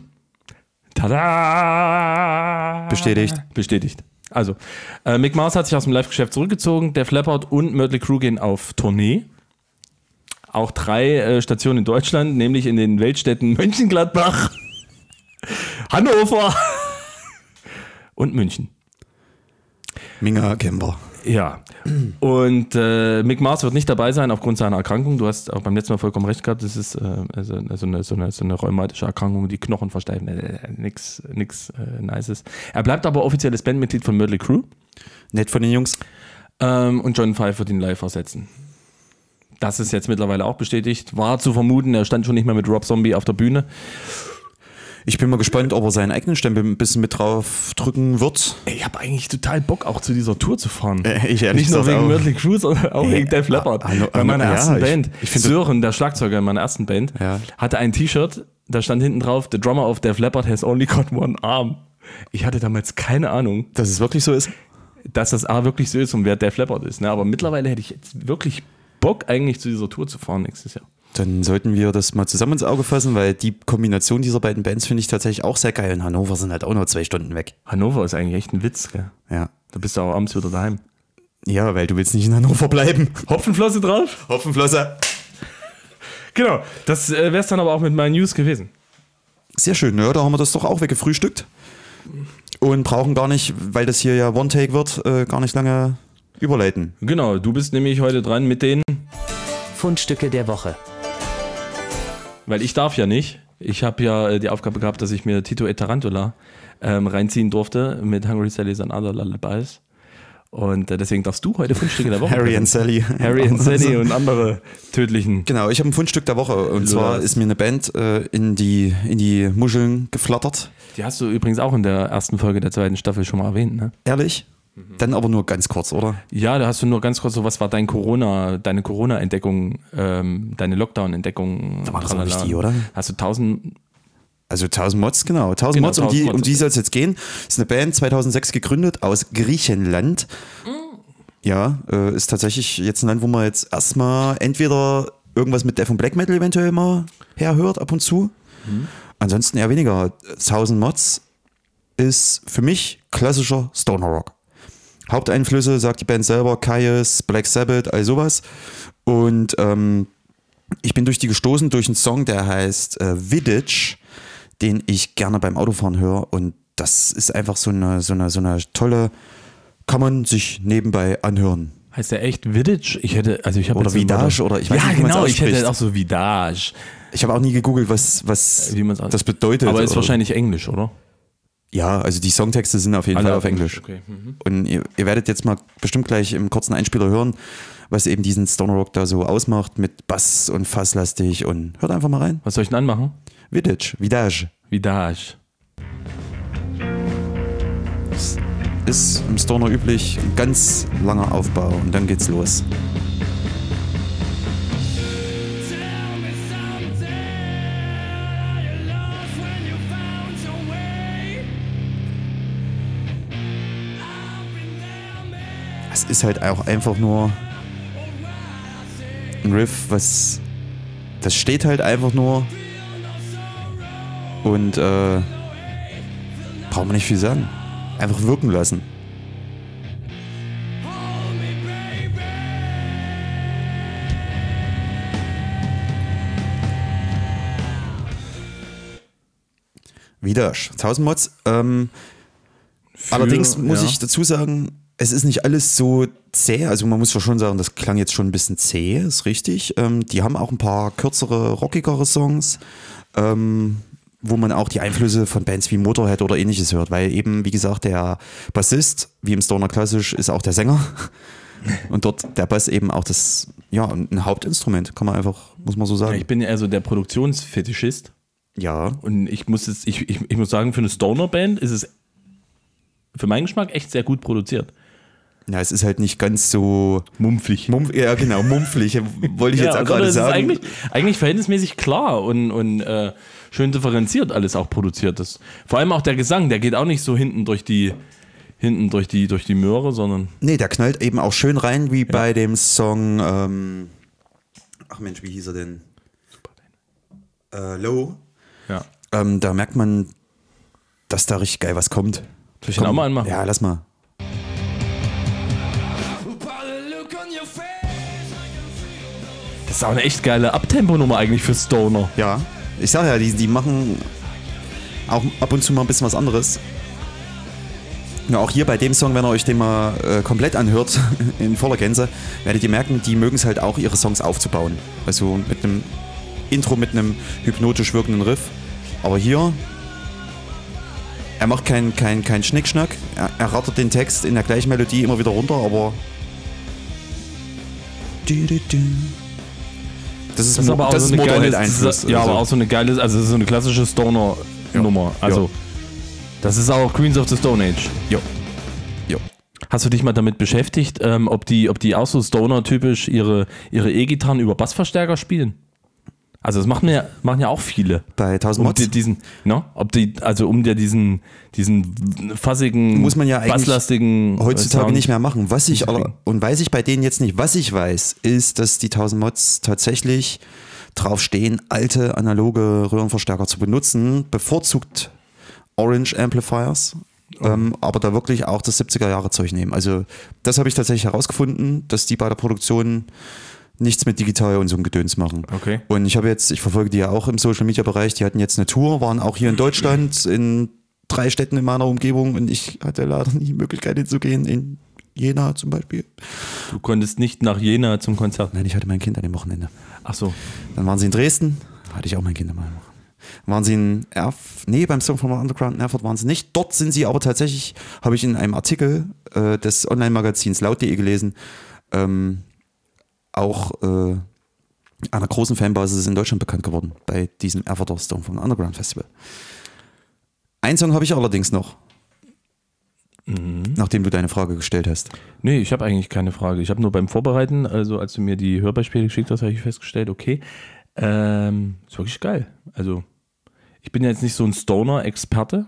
Tada! Bestätigt. Also, Mick Mars hat sich aus dem Live-Geschäft zurückgezogen. Def Leppard und Mötley Crüe gehen auf Tournee. Auch 3 Stationen in Deutschland, nämlich in den Weltstädten Mönchengladbach, Hannover und München. Minga Kemper. Ja. Und Mick Mars wird nicht dabei sein aufgrund seiner Erkrankung. Du hast auch beim letzten Mal vollkommen recht gehabt. Das ist so eine rheumatische Erkrankung, die Knochen versteifen. Nix Nices. Er bleibt aber offizielles Bandmitglied von Mötley Crüe. Nett von den Jungs. Und John Five wird ihn live ersetzen. Das ist jetzt mittlerweile auch bestätigt. War zu vermuten, er stand schon nicht mehr mit Rob Zombie auf der Bühne. Ich bin mal gespannt, ob er seinen eigenen Stempel ein bisschen mit drauf drücken wird. Ey, ich habe eigentlich total Bock, auch zu dieser Tour zu fahren. Ich ehrlich Nicht nur gesagt wegen auch. Mötley Crüe, sondern auch wegen Def Leppard. Bei meiner ersten Band, ich finde- Sören, der Schlagzeuger in meiner ersten Band, Ja. hatte ein T-Shirt, da stand hinten drauf, The drummer of Def Leppard has only got one arm. Ich hatte damals keine Ahnung, Dass es wirklich so ist. dass das A wirklich so ist und wer Def Leppard ist. Ne? Aber mittlerweile hätte ich jetzt wirklich Bock, eigentlich zu dieser Tour zu fahren nächstes Jahr. Dann sollten wir das mal zusammen ins Auge fassen, weil die Kombination dieser beiden Bands finde ich tatsächlich auch sehr geil. In Hannover sind halt auch nur 2 Stunden weg. Hannover ist eigentlich echt ein Witz, gell? Ja. Da bist du auch abends wieder daheim. Ja, weil du willst nicht in Hannover bleiben. Hopfenflosse drauf? Hopfenflosse. Genau, das wäre es dann aber auch mit meinen News gewesen. Sehr schön, ja, da haben wir das doch auch weggefrühstückt. Und brauchen gar nicht, weil das hier ja One-Take wird, gar nicht lange überleiten. Genau, du bist nämlich heute dran mit den, Fundstücke der Woche. weil ich darf ja nicht. Ich habe ja die Aufgabe gehabt, dass ich mir Tito et Tarantula reinziehen durfte mit Hungry Sally's and Other Lullabies. Und deswegen darfst du heute Fundstücke der Woche. Harry and Sally. Harry and Sally und andere tödlichen. Genau, ich habe ein Fundstück der Woche. Und zwar ist mir eine Band in die Muscheln geflattert. Die hast du übrigens auch in der ersten Folge der 2. Staffel schon mal erwähnt, ne? Ehrlich? Dann aber nur ganz kurz, oder? Ja, da hast du nur ganz kurz so, was war deine Corona-Entdeckung, deine Lockdown-Entdeckung? Da war das aber nicht die, oder? Hast du 1000. Also 1000 Mods, genau. 1000 Genau, Mods, 1000 Mods. um die soll es jetzt gehen. Ist eine Band, 2006 gegründet, aus Griechenland. Ja, ist tatsächlich jetzt ein Land, wo man jetzt erstmal entweder irgendwas mit Death und Black Metal eventuell mal herhört, ab und zu. Ansonsten eher weniger. 1000 Mods ist für mich klassischer Stoner Rock. Haupteinflüsse, sagt die Band selber, Kyuss, Black Sabbath, all sowas. Und ich bin durch die gestoßen, durch einen Song, der heißt Vidic, den ich gerne beim Autofahren höre. Und das ist einfach so eine tolle, kann man sich nebenbei anhören. Heißt der echt Vidic? Ich habe Oder Vidage, oder ich weiß ja, nicht, wie man es genau, ich ausspricht. hätte auch so Vidage. Ich habe auch nie gegoogelt, was Wie man's das bedeutet. Aber ist oder- wahrscheinlich Englisch, oder? Ja, also die Songtexte sind auf jeden Fall auf Englisch. Okay. Und ihr werdet jetzt mal bestimmt gleich im kurzen Einspieler hören, was eben diesen Stoner Rock da so ausmacht, mit Bass und Fasslastig. Und hört einfach mal rein. Was soll ich denn anmachen? Vidage. Vidage. Ist im Stoner üblich, ein ganz langer Aufbau und dann geht's los. Es ist halt auch einfach nur ein Riff, das steht halt einfach nur und braucht man nicht viel sagen. Einfach wirken lassen. Wieder 1000 Mods. Allerdings muss ich dazu sagen, es ist nicht alles so zäh. Also man muss schon sagen, das klang jetzt schon ein bisschen zäh, ist richtig. Die haben auch ein paar kürzere, rockigere Songs, wo man auch die Einflüsse von Bands wie Motorhead oder ähnliches hört. Weil eben, wie gesagt, der Bassist, wie im Stoner klassisch, ist auch der Sänger. Und dort der Bass eben auch ein Hauptinstrument, kann man einfach, muss man so sagen. Ja, ich bin ja eher so der Produktionsfetischist. Ja. Und ich muss sagen, für eine Stoner-Band ist es für meinen Geschmack echt sehr gut produziert. Ja, es ist halt nicht ganz so mumpfig. Ja, genau, mumpfig. Wollte ich jetzt auch gerade sagen. Es ist eigentlich verhältnismäßig klar und schön differenziert alles auch produziert ist. Vor allem auch der Gesang, der geht auch nicht so hinten durch die Möhre, sondern. Nee, der knallt eben auch schön rein, wie bei dem Song, ach Mensch, wie hieß er denn? Low. Ja. Da merkt man, dass da richtig geil was kommt. Soll ich den auch mal anmachen? Ja, lass mal. Das ist auch eine echt geile Abtempo-Nummer eigentlich für Stoner. Ja, ich sag ja, die machen auch ab und zu mal ein bisschen was anderes. Ja, auch hier bei dem Song, wenn ihr euch den mal komplett anhört, in voller Gänze, werdet ihr merken, die mögen es halt auch, ihre Songs aufzubauen. Also mit einem Intro, mit einem hypnotisch wirkenden Riff. Aber hier, er macht kein Schnickschnack, er rattert den Text in der gleichen Melodie immer wieder runter, aber... Das ist aber auch so eine geile Motorhead-Einfluss. Ja, aber auch so eine geile, also so eine klassische Stoner Nummer. Also, das ist auch Queens of the Stone Age. Jo. Jo. Hast du dich mal damit beschäftigt, ob die auch so Stoner-typisch ihre E-Gitarren über Bassverstärker spielen? Also das machen ja auch viele. Bei 1000 Mods? Diesen fassigen, muss man ja eigentlich basslastigen heutzutage Sound nicht mehr machen. Weiß ich bei denen jetzt nicht. Was ich weiß, ist, dass die 1000 Mods tatsächlich drauf stehen, alte analoge Röhrenverstärker zu benutzen, bevorzugt Orange Amplifiers, aber da wirklich auch das 70er Jahre Zeug nehmen. Also das habe ich tatsächlich herausgefunden, dass die bei der Produktion nichts mit digital und so einem Gedöns machen. Okay. Und ich verfolge die ja auch im Social Media Bereich, die hatten jetzt eine Tour, waren auch hier in Deutschland in 3 Städten in meiner Umgebung und ich hatte leider nie die Möglichkeit hinzugehen, in Jena zum Beispiel. Du konntest nicht nach Jena zum Konzert? Nein, ich hatte mein Kind an dem Wochenende. Ach so. Dann waren sie in Dresden, hatte ich auch mein Kind an meinem Wochenende. Waren sie in beim Song from Underground in Erfurt waren sie nicht. Dort sind sie aber tatsächlich, habe ich in einem Artikel des Online-Magazins laut.de gelesen, auch einer großen Fanbasis in Deutschland bekannt geworden bei diesem Erfurter Song from Underground Festival. Einen Song habe ich allerdings noch, nachdem du deine Frage gestellt hast. Nee, ich habe eigentlich keine Frage. Ich habe nur beim Vorbereiten, also als du mir die Hörbeispiele geschickt hast, habe ich festgestellt, okay, ist wirklich geil. Also ich bin ja jetzt nicht so ein Stoner-Experte,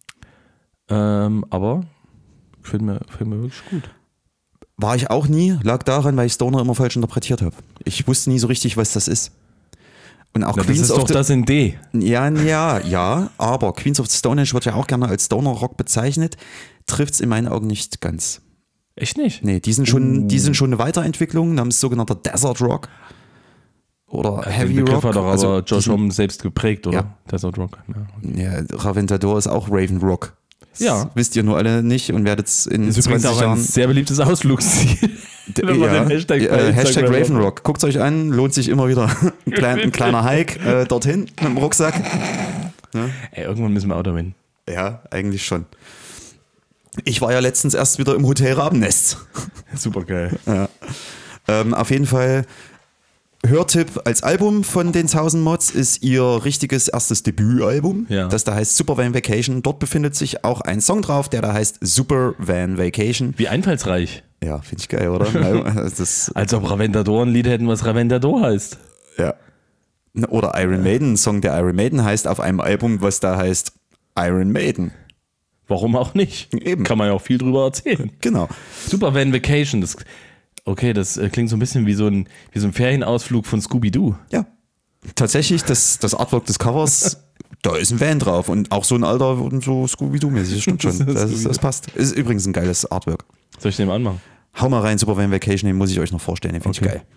aber gefällt mir wirklich gut. War ich auch nie, lag daran, weil ich Stoner immer falsch interpretiert habe. Ich wusste nie so richtig, was das ist. Und auch Na, das ist doch das in D. Ja, aber Queens of the Stone Age wird ja auch gerne als Stoner-Rock bezeichnet, trifft es in meinen Augen nicht ganz. Echt nicht? Nee, die sind schon eine Weiterentwicklung namens sogenannter Desert Rock oder Heavy Den Begriff Rock. hat doch aber Josh Homme selbst geprägt, oder? Ja. Desert Rock. Ja, Raventador ist auch Raven Rock. Das wisst ihr nur alle nicht und werdet es in Das ist 20 übrigens auch Jahren... ein sehr beliebtes Ausflugsziel. Wenn man den Hashtag bei Hashtag Instagram Raven Rock. Guckt es euch an, lohnt sich immer wieder. Ein kleiner Hike dorthin mit dem Rucksack. Ey, irgendwann müssen wir auch dahin. Ja, eigentlich schon. Ich war ja letztens erst wieder im Hotel Rabennest. Super geil. Ja. Auf jeden Fall, Hörtipp als Album von den 1000 Mods ist ihr richtiges erstes Debütalbum, das da heißt Super Van Vacation. Dort befindet sich auch ein Song drauf, der da heißt Super Van Vacation. Wie einfallsreich. Ja, finde ich geil, oder? Als ob Raventador ein Lied hätten, was Raventador heißt. Ja. Oder Iron Maiden, ein Song, der Iron Maiden heißt, auf einem Album, was da heißt Iron Maiden. Warum auch nicht? Eben. Kann man ja auch viel drüber erzählen. Genau. Super Van Vacation, das klingt so ein bisschen wie so ein Ferienausflug von Scooby-Doo. Ja. Tatsächlich, das Artwork des Covers, da ist ein Van drauf und auch so ein alter, so Scooby-Doo-mäßig, das stimmt schon. Das passt. Ist übrigens ein geiles Artwork. Soll ich den mal anmachen? Hau mal rein, Super Van Vacation, den muss ich euch noch vorstellen, den finde ich geil.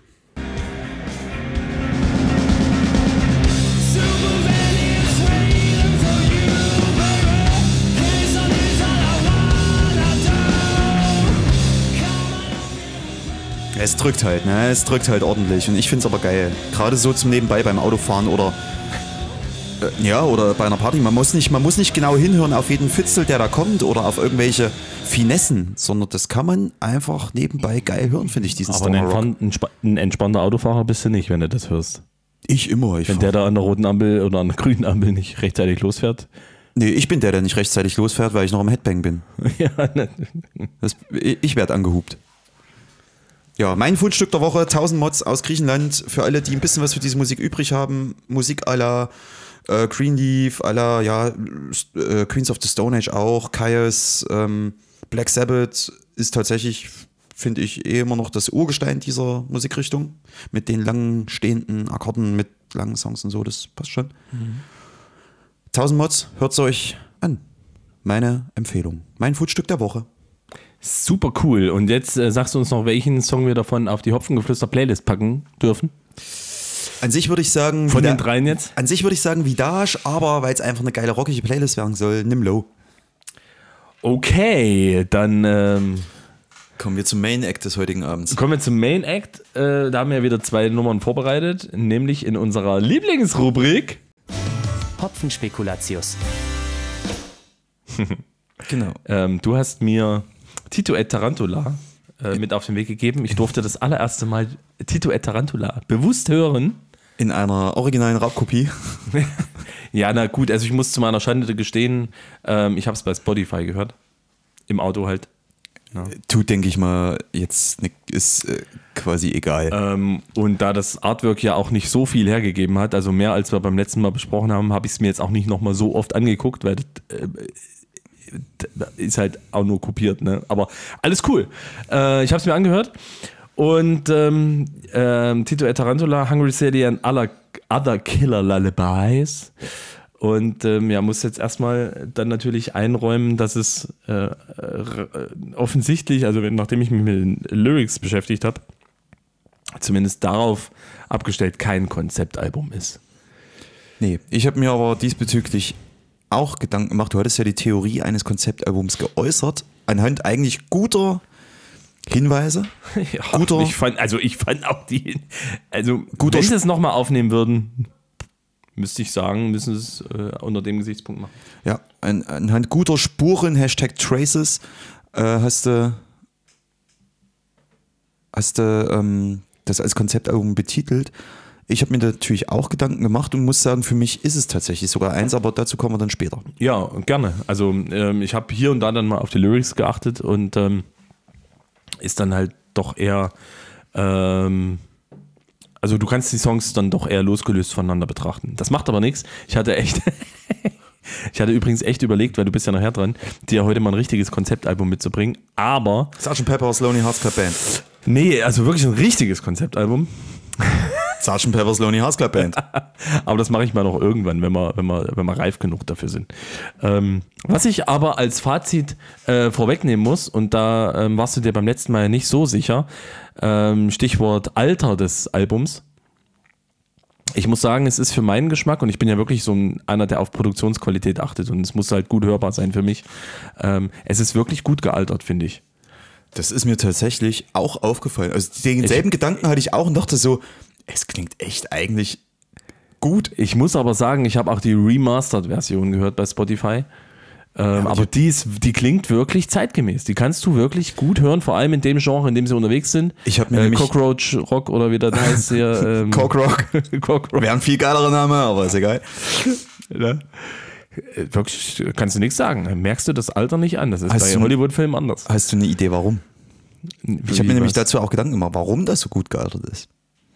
Es drückt halt, ne? Es drückt halt ordentlich und ich finde es aber geil. Gerade so zum Nebenbei beim Autofahren oder oder bei einer Party. Man muss nicht genau hinhören auf jeden Fitzel, der da kommt oder auf irgendwelche Finessen, sondern das kann man einfach nebenbei geil hören, finde ich, diesen Aber Stoner-Rock. ein entspannter Autofahrer bist du nicht, wenn du das hörst. Ich immer. Wenn der da an der roten Ampel oder an der grünen Ampel nicht rechtzeitig losfährt. Nee, ich bin der nicht rechtzeitig losfährt, weil ich noch im Headbang bin. Ja, ne. Ich werde angehupt. Ja, mein Fundstück der Woche, 1000 Mods aus Griechenland. Für alle, die ein bisschen was für diese Musik übrig haben. Musik à la Greenleaf, à la Queens of the Stone Age auch, Kyuss, Black Sabbath ist tatsächlich, finde ich, immer noch das Urgestein dieser Musikrichtung. Mit den langen stehenden Akkorden, mit langen Songs und so, das passt schon. 1000 Mods, hört es euch an. Meine Empfehlung. Mein Fundstück der Woche. Super cool. Und jetzt sagst du uns noch, welchen Song wir davon auf die Hopfengeflüster-Playlist packen dürfen? An sich würde ich sagen... Von den dreien jetzt? An sich würde ich sagen Vidage, aber weil es einfach eine geile rockige Playlist werden soll, nimm Low. Okay, dann... kommen wir zum Main Act des heutigen Abends. Kommen wir zum Main Act. Da haben wir wieder 2 Nummern vorbereitet, nämlich in unserer Lieblingsrubrik... Hopfenspekulatius. Genau. Du hast mir Tito et Tarantula mit auf den Weg gegeben. Ich durfte das allererste Mal Tito et Tarantula bewusst hören. In einer originalen Raubkopie. Ja, na gut, also ich muss zu meiner Schande gestehen, ich habe es bei Spotify gehört. Im Auto halt. Ja. Tut, denke ich mal, jetzt ist quasi egal. Und da das Artwork ja auch nicht so viel hergegeben hat, also mehr als wir beim letzten Mal besprochen haben, habe ich es mir jetzt auch nicht nochmal so oft angeguckt, weil das ist halt auch nur kopiert, ne? Aber alles cool. Ich habe es mir angehört und Tito et Tarantula, Hungry City and Other Killer Lullabies. Und muss jetzt erstmal dann natürlich einräumen, dass es offensichtlich, also nachdem ich mich mit den Lyrics beschäftigt habe, zumindest darauf abgestellt kein Konzeptalbum ist. Nee, ich habe mir aber diesbezüglich auch Gedanken gemacht. Du hattest ja die Theorie eines Konzeptalbums geäußert, anhand eigentlich guter Hinweise. Ja, ich fand auch die, also wenn sie es nochmal aufnehmen würden, müsste ich sagen, müssen sie es unter dem Gesichtspunkt machen. Ja, anhand guter Spuren, #Traces, hast du das als Konzeptalbum betitelt. Ich habe mir natürlich auch Gedanken gemacht und muss sagen, für mich ist es tatsächlich sogar eins, aber dazu kommen wir dann später. Ja, gerne. Also ich habe hier und da dann mal auf die Lyrics geachtet und ist dann halt doch eher, also du kannst die Songs dann doch eher losgelöst voneinander betrachten. Das macht aber nichts. Ich hatte übrigens echt überlegt, weil du bist ja nachher dran, dir heute mal ein richtiges Konzeptalbum mitzubringen, aber... Sgt. Pepper's Lonely Hearts Club Band. Nee, also wirklich ein richtiges Konzeptalbum. Sgt. Pepper's Lonely Hearts Club Band. Aber das mache ich mal noch irgendwann, wenn wir reif genug dafür sind. Was ich aber als Fazit vorwegnehmen muss, und da warst du dir beim letzten Mal ja nicht so sicher, Stichwort Alter des Albums. Ich muss sagen, es ist für meinen Geschmack, und ich bin ja wirklich so einer, der auf Produktionsqualität achtet, und es muss halt gut hörbar sein für mich. Es ist wirklich gut gealtert, finde ich. Das ist mir tatsächlich auch aufgefallen. Also denselben Gedanken hatte ich auch und dachte so, es klingt echt eigentlich gut. Ich muss aber sagen, ich habe auch die Remastered-Version gehört bei Spotify. Aber die klingt wirklich zeitgemäß. Die kannst du wirklich gut hören, vor allem in dem Genre, in dem sie unterwegs sind. Ich habe mir nämlich Cockroach Rock oder wie das heißt hier. Cockrock. Wäre ein viel geilerer Name, aber ist egal. Ja. Wirklich, kannst du nichts sagen. Merkst du das Alter nicht an? Das ist bei Hollywood-Filmen anders. Hast du eine Idee, warum? Ich habe mir nämlich dazu auch Gedanken gemacht, warum das so gut gealtert ist.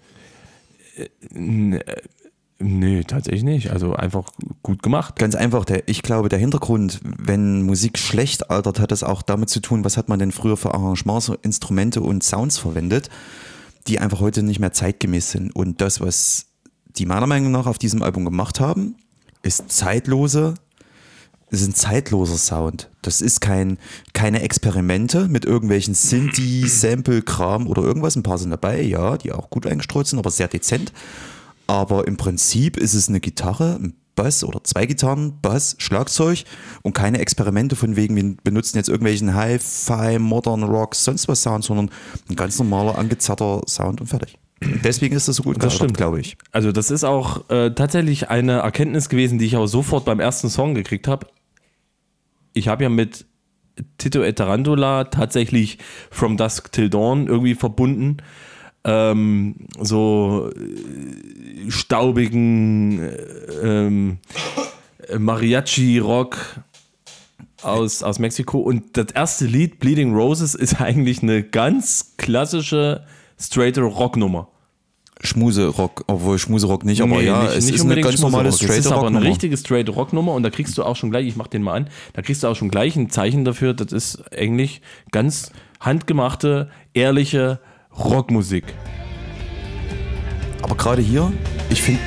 Nee, tatsächlich nicht. Also einfach gut gemacht. Ganz einfach, ich glaube, der Hintergrund, wenn Musik schlecht altert, hat das auch damit zu tun, was hat man denn früher für Arrangements, Instrumente und Sounds verwendet, die einfach heute nicht mehr zeitgemäß sind. Und das, was die meiner Meinung nach auf diesem Album gemacht haben, ist ein zeitloser Sound. Das ist keine Experimente mit irgendwelchen Synthi-Sample-Kram oder irgendwas. Ein paar sind dabei, ja, die auch gut eingestreut sind, aber sehr dezent. Aber im Prinzip ist es eine Gitarre, ein Bass oder 2 Gitarren, Bass, Schlagzeug und keine Experimente von wegen, wir benutzen jetzt irgendwelchen Hi-Fi, Modern Rock, sonst was Sound, sondern ein ganz normaler, angezerrter Sound und fertig. Deswegen ist das so gut. Das stimmt, glaube ich. Also das ist auch tatsächlich eine Erkenntnis gewesen, die ich auch sofort beim ersten Song gekriegt habe. Ich habe ja mit Tito et Tarantula tatsächlich From Dusk Till Dawn irgendwie verbunden. So staubigen Mariachi-Rock aus Mexiko. Und das erste Lied, Bleeding Roses, ist eigentlich eine ganz klassische straighte Rocknummer. Schmuserock, obwohl Schmuserock nicht, aber ja, es ist eine ganz normale straighte Rocknummer. Es ist aber eine richtige straight Rocknummer und da kriegst du auch schon gleich, ich mach den mal an, da kriegst du auch schon gleich ein Zeichen dafür, das ist eigentlich ganz handgemachte, ehrliche Rockmusik. Aber gerade hier, ich finde...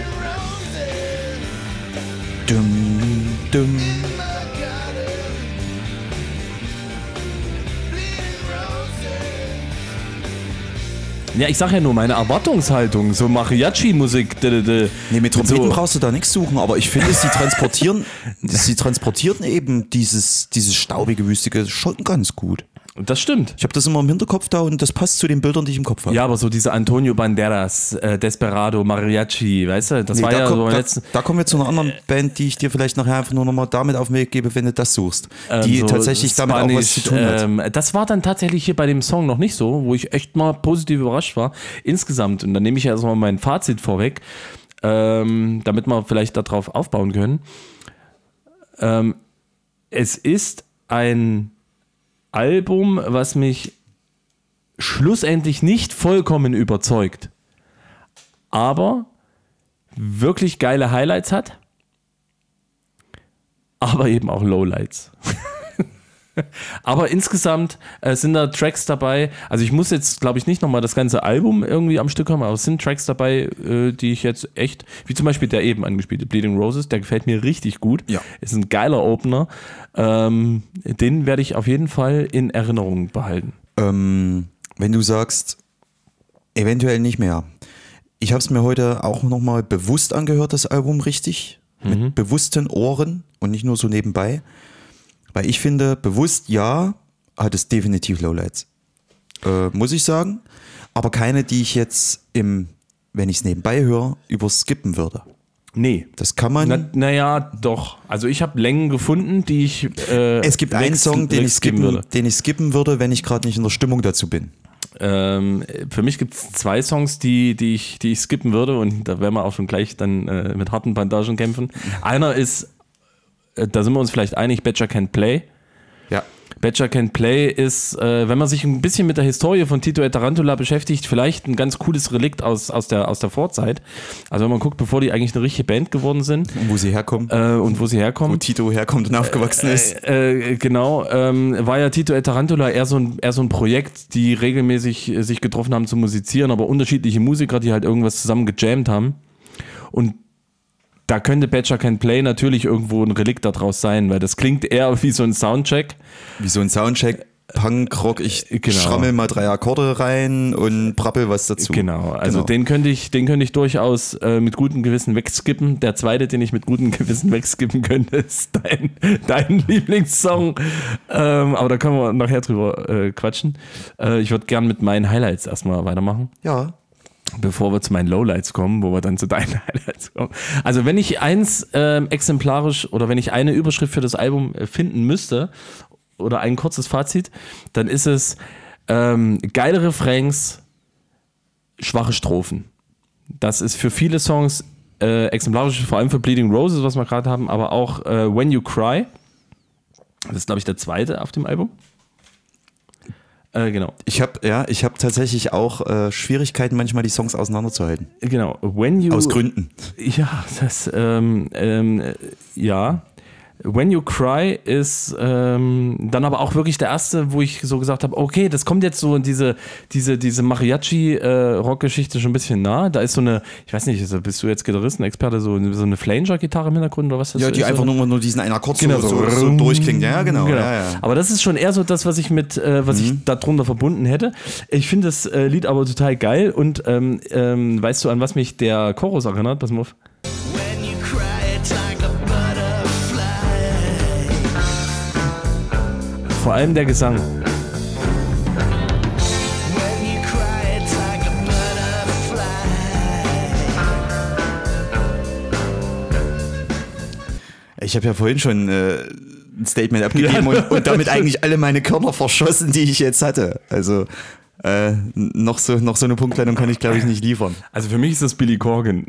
Ja, ich sag ja nur, meine Erwartungshaltung, so Mariachi-Musik. Nee, mit Trompeten brauchst du da nichts suchen, aber ich finde, sie transportieren eben dieses staubige, wüstige schon ganz gut. Das stimmt. Ich habe das immer im Hinterkopf da und das passt zu den Bildern, die ich im Kopf habe. Ja, aber so diese Antonio Banderas, Desperado, Mariachi, weißt du, das war ja so beim letzten... Da kommen wir zu einer anderen Band, die ich dir vielleicht nachher einfach nur nochmal damit auf den Weg gebe, wenn du das suchst. Die so tatsächlich damit auch was zu tun hat. Das war dann tatsächlich hier bei dem Song noch nicht so, wo ich echt mal positiv überrascht war. Insgesamt, und dann nehme ich ja erstmal mein Fazit vorweg, damit wir vielleicht darauf aufbauen können. Es ist ein Album, was mich schlussendlich nicht vollkommen überzeugt, aber wirklich geile Highlights hat, aber eben auch Lowlights. Aber insgesamt sind da Tracks dabei, also ich muss jetzt, glaube ich, nicht nochmal das ganze Album irgendwie am Stück haben, aber es sind Tracks dabei, die ich jetzt echt, wie zum Beispiel der eben angespielte Bleeding Roses, der gefällt mir richtig gut. Ja. Ist ein geiler Opener. Den werde ich auf jeden Fall in Erinnerung behalten. Wenn du sagst, eventuell nicht mehr. Ich habe es mir heute auch nochmal bewusst angehört, das Album richtig, mit bewussten Ohren und nicht nur so nebenbei. Weil ich finde, bewusst ja, hat es definitiv Lowlights. Muss ich sagen. Aber keine, die ich jetzt wenn ich es nebenbei höre, überskippen würde. Nee. Das kann man. Naja, doch. Also ich habe Längen gefunden, die ich. Es gibt einen Song, den ich skippen würde, wenn ich gerade nicht in der Stimmung dazu bin. Für mich gibt es 2 Songs, die ich skippen würde, und da werden wir auch schon gleich dann mit harten Bandagen kämpfen. Einer ist, da sind wir uns vielleicht einig, Betcha Can't Play. Ja. Betcha Can't Play ist, wenn man sich ein bisschen mit der Historie von Tito et Tarantula beschäftigt, vielleicht ein ganz cooles Relikt aus der Vorzeit. Also wenn man guckt, bevor die eigentlich eine richtige Band geworden sind. Und wo sie herkommen. Wo Tito herkommt und aufgewachsen ist. Genau, war ja Tito et Tarantula eher so ein Projekt, die regelmäßig sich getroffen haben zu musizieren, aber unterschiedliche Musiker, die halt irgendwas zusammen gejammt haben. Und da könnte Betcha Can't Play natürlich irgendwo ein Relikt daraus sein, weil das klingt eher wie so ein Soundcheck. Wie so ein Soundcheck, Punk, ich schrammel mal 3 Akkorde rein und brabbel was dazu. Genau, also den könnte ich durchaus mit gutem Gewissen wegskippen. Der zweite, den ich mit gutem Gewissen wegskippen könnte, ist dein Lieblingssong. Aber da können wir nachher drüber quatschen. Ich würde gern mit meinen Highlights erstmal weitermachen. Ja. Bevor wir zu meinen Lowlights kommen, wo wir dann zu deinen Highlights kommen. Also wenn ich eins exemplarisch oder wenn ich eine Überschrift für das Album finden müsste oder ein kurzes Fazit, dann ist es geile Refrains, schwache Strophen. Das ist für viele Songs exemplarisch, vor allem für Bleeding Roses, was wir gerade haben, aber auch When You Cry. Das ist, glaube ich, der zweite auf dem Album. Genau. Ich habe tatsächlich auch Schwierigkeiten, manchmal die Songs auseinanderzuhalten. Genau. Aus Gründen. Ja, ja. When You Cry ist dann aber auch wirklich der erste, wo ich so gesagt habe, okay, das kommt jetzt so in diese Mariachi-Rock-Geschichte schon ein bisschen nah. Da ist so eine, ich weiß nicht, bist du jetzt Gitarristenexperte, so eine Flanger-Gitarre im Hintergrund oder was das ist? Ja, die einfach nur diesen einen Akkord genau, so durchklingt. Ja, genau. Ja. Aber das ist schon eher so das, was ich ich darunter verbunden hätte. Ich finde das Lied aber total geil und weißt du, an was mich der Chorus erinnert? Pass mal auf. Vor allem der Gesang. Ich habe ja vorhin schon ein Statement abgegeben und damit eigentlich alle meine Körner verschossen, die ich jetzt hatte. Also noch so eine Punktlandung kann ich, glaube ich, nicht liefern. Also für mich ist das Billy Corgan.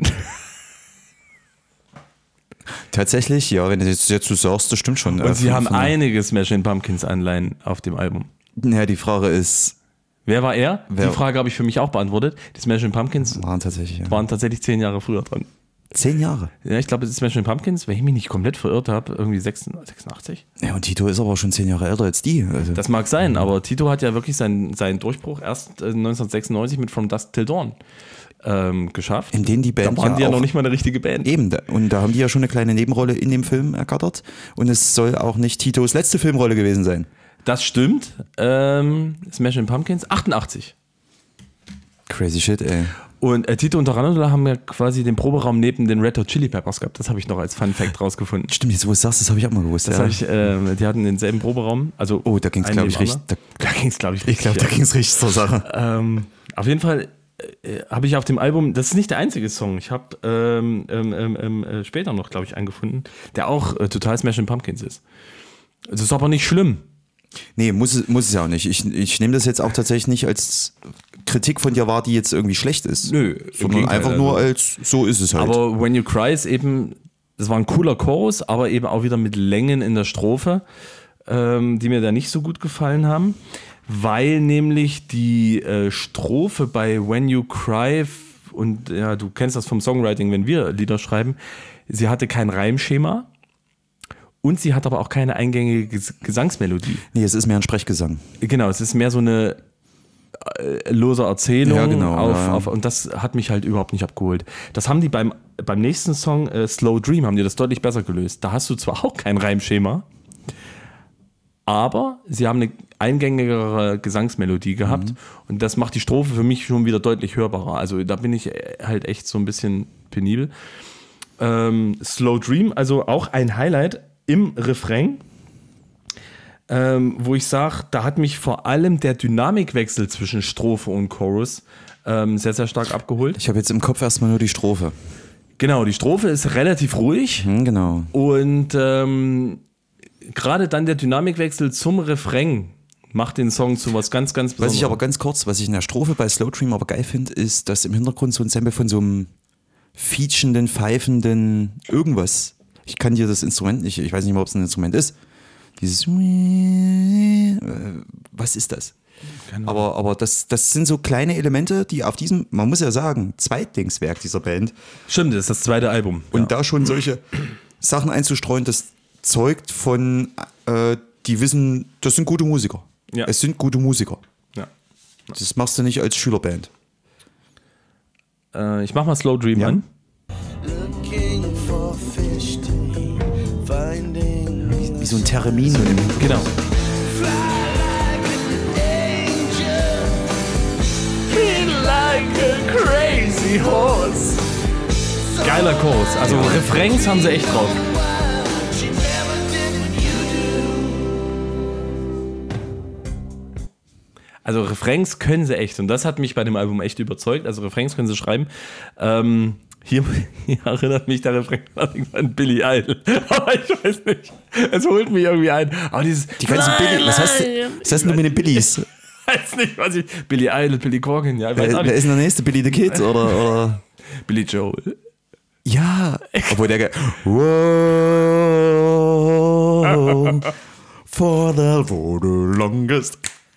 Tatsächlich, ja, wenn du jetzt so sagst, das stimmt schon. Und sie haben einige Smashing Pumpkins Anleihen auf dem Album. Ja, die Frage ist... Wer war er? Die Frage habe ich für mich auch beantwortet. Die Smashing Pumpkins waren tatsächlich 10 Jahre früher dran. 10 Jahre? Ja, ich glaube, das ist Smashing Pumpkins, wenn ich mich nicht komplett verirrt habe, irgendwie 86. Ja, und Tito ist aber schon 10 Jahre älter als die. Also. Das mag sein, aber Tito hat ja wirklich seinen Durchbruch erst 1996 mit From Dusk Till Dawn geschafft. In denen die Band da waren die ja noch nicht mal eine richtige Band. Eben, und da haben die ja schon eine kleine Nebenrolle in dem Film ergattert. Und es soll auch nicht Titos letzte Filmrolle gewesen sein. Das stimmt. Smashing Pumpkins, 88. Crazy shit, ey. Und Tito und Tarantula haben ja quasi den Proberaum neben den Red Hot Chili Peppers gehabt. Das habe ich noch als Fun Fact rausgefunden. Stimmt, jetzt wo du sagst, das habe ich auch mal gewusst. Das habe ich, die hatten denselben Proberaum. Also da ging es, glaube ich, richtig. Da ging es, glaube ich, richtig. Ich glaube, da ging es richtig zur Sache. Auf jeden Fall habe ich auf dem Album, das ist nicht der einzige Song, ich habe später noch, glaube ich, einen gefunden, der auch total Smashing Pumpkins ist. Das ist aber nicht schlimm. Nee, muss es ja auch nicht. Ich nehme das jetzt auch tatsächlich nicht als Kritik von dir wahr, die jetzt irgendwie schlecht ist. Nö, im sondern Gegenteil, einfach nur als, so ist es halt. Aber When You Cry ist eben, das war ein cooler Chorus, aber eben auch wieder mit Längen in der Strophe, die mir da nicht so gut gefallen haben, weil nämlich die Strophe bei When You Cry, und ja, du kennst das vom Songwriting, wenn wir Lieder schreiben, sie hatte kein Reimschema. Und sie hat aber auch keine eingängige Gesangsmelodie. Nee, es ist mehr ein Sprechgesang. Genau, es ist mehr so eine lose Erzählung. Ja, genau, und das hat mich halt überhaupt nicht abgeholt. Das haben die beim nächsten Song, Slow Dream, haben die das deutlich besser gelöst. Da hast du zwar auch kein Reimschema, aber sie haben eine eingängigere Gesangsmelodie gehabt. Und das macht die Strophe für mich schon wieder deutlich hörbarer. Also da bin ich halt echt so ein bisschen penibel. Slow Dream, also auch ein Highlight im Refrain, wo ich sage, da hat mich vor allem der Dynamikwechsel zwischen Strophe und Chorus sehr, sehr stark abgeholt. Ich habe jetzt im Kopf erstmal nur die Strophe. Genau, die Strophe ist relativ ruhig Genau. und gerade dann der Dynamikwechsel zum Refrain macht den Song zu was ganz, ganz Besonderem. Was ich aber ganz kurz, was ich in der Strophe bei Slow Dream aber geil finde, ist, dass im Hintergrund so ein Sample von so einem fietschenden, pfeifenden irgendwas. Ich kann dir das Instrument nicht, ich weiß nicht mal, ob es ein Instrument ist. Dieses was ist das? Aber das sind so kleine Elemente, die auf diesem, man muss ja sagen, Zweitlingswerk dieser Band. Stimmt, das ist das zweite Album. Und da schon solche Sachen einzustreuen, das zeugt von, die wissen, das sind gute Musiker. Ja. Es sind gute Musiker. Ja. Das machst du nicht als Schülerband. Ich mach mal Slow Dream an. Wie so ein Theremin. Genau. Geiler Chorus. Also Refrains haben sie echt drauf. Also Refrains können sie echt und das hat mich bei dem Album echt überzeugt. Also Refrains können sie schreiben. Hier erinnert mich der Refrain an Billy Idol. Aber ich weiß nicht. Es holt mich irgendwie ein. Aber dieses Die ganzen Billy, was heißt denn du mit den Billys? Ich weiß nicht, was ich. Billy Idol, Billy Corgan, ja, ich weiß auch Wer nicht. ist denn der nächste? Billy the Kid oder? Billy Joel. Ja, obwohl der Whoa, for the longest.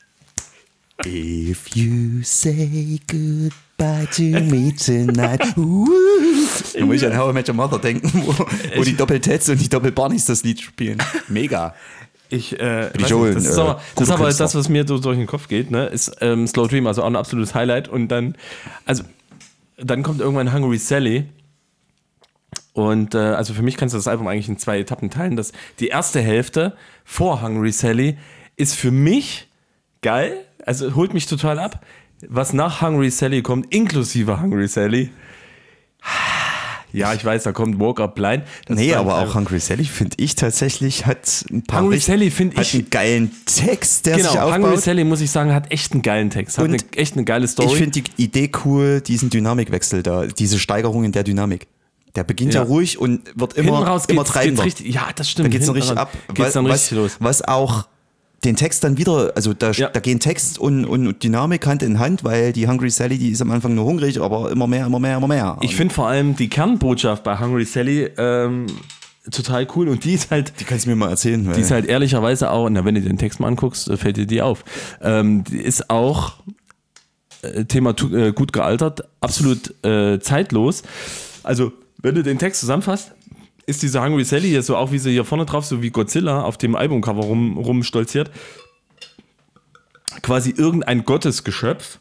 If you say goodbye to me tonight. Da muss ich an How I Met Your Mother denken, wo die Doppel-Teds und die Doppel-Barneys das Lied spielen. Mega. Joel, das ist aber das, was mir so durch den Kopf geht, ne? Ist Slow Dream, also auch ein absolutes Highlight. Und dann kommt irgendwann Hungry Sally. Und also für mich kannst du das Album eigentlich in 2 Etappen teilen. Die erste Hälfte vor Hungry Sally ist für mich geil, also holt mich total ab. Was nach Hungry Sally kommt, inklusive Hungry Sally. Ja, ich weiß, da kommt Woke Up Blind. Nee, aber auch Hungry Sally, finde ich tatsächlich, hat ein paar Hungry Sally, finde ich, einen geilen Text, der sich aufbaut. Hungry Sally, muss ich sagen, hat echt einen geilen Text, hat echt eine geile Story. Ich finde die Idee cool, diesen Dynamikwechsel da, diese Steigerung in der Dynamik. Der beginnt ja ruhig und wird immer treibender. Ja, das stimmt. Da geht's dann richtig ab. Geht's dann richtig los. Was auch den Text dann wieder, also da gehen Text und Dynamik Hand in Hand, weil die Hungry Sally, die ist am Anfang nur hungrig, aber immer mehr. Ich finde vor allem die Kernbotschaft bei Hungry Sally total cool und die ist halt... Die kannst du mir mal erzählen. Die ist halt ehrlicherweise auch, wenn du den Text mal anguckst, fällt dir die auf. Die ist auch Thema gut gealtert, absolut zeitlos. Also, wenn du den Text zusammenfasst, ist diese Hungry Sally hier so, auch wie sie hier vorne drauf, so wie Godzilla auf dem Albumcover rumstolziert, quasi irgendein Gottesgeschöpf.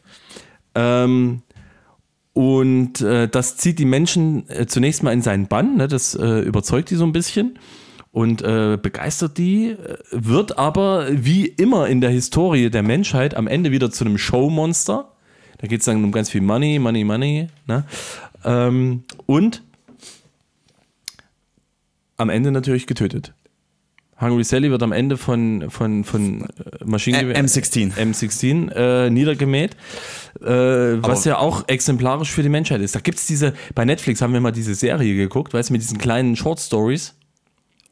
Und das zieht die Menschen zunächst mal in seinen Bann, ne? Das überzeugt die so ein bisschen und begeistert die, wird aber wie immer in der Historie der Menschheit am Ende wieder zu einem Showmonster. Da geht es dann um ganz viel Money. Ne? Und am Ende natürlich getötet. Hungry Sally wird am Ende von Maschinengewehr M16 niedergemäht, was ja auch exemplarisch für die Menschheit ist. Da gibt es bei Netflix haben wir mal diese Serie geguckt, weißt du, mit diesen kleinen Short Stories.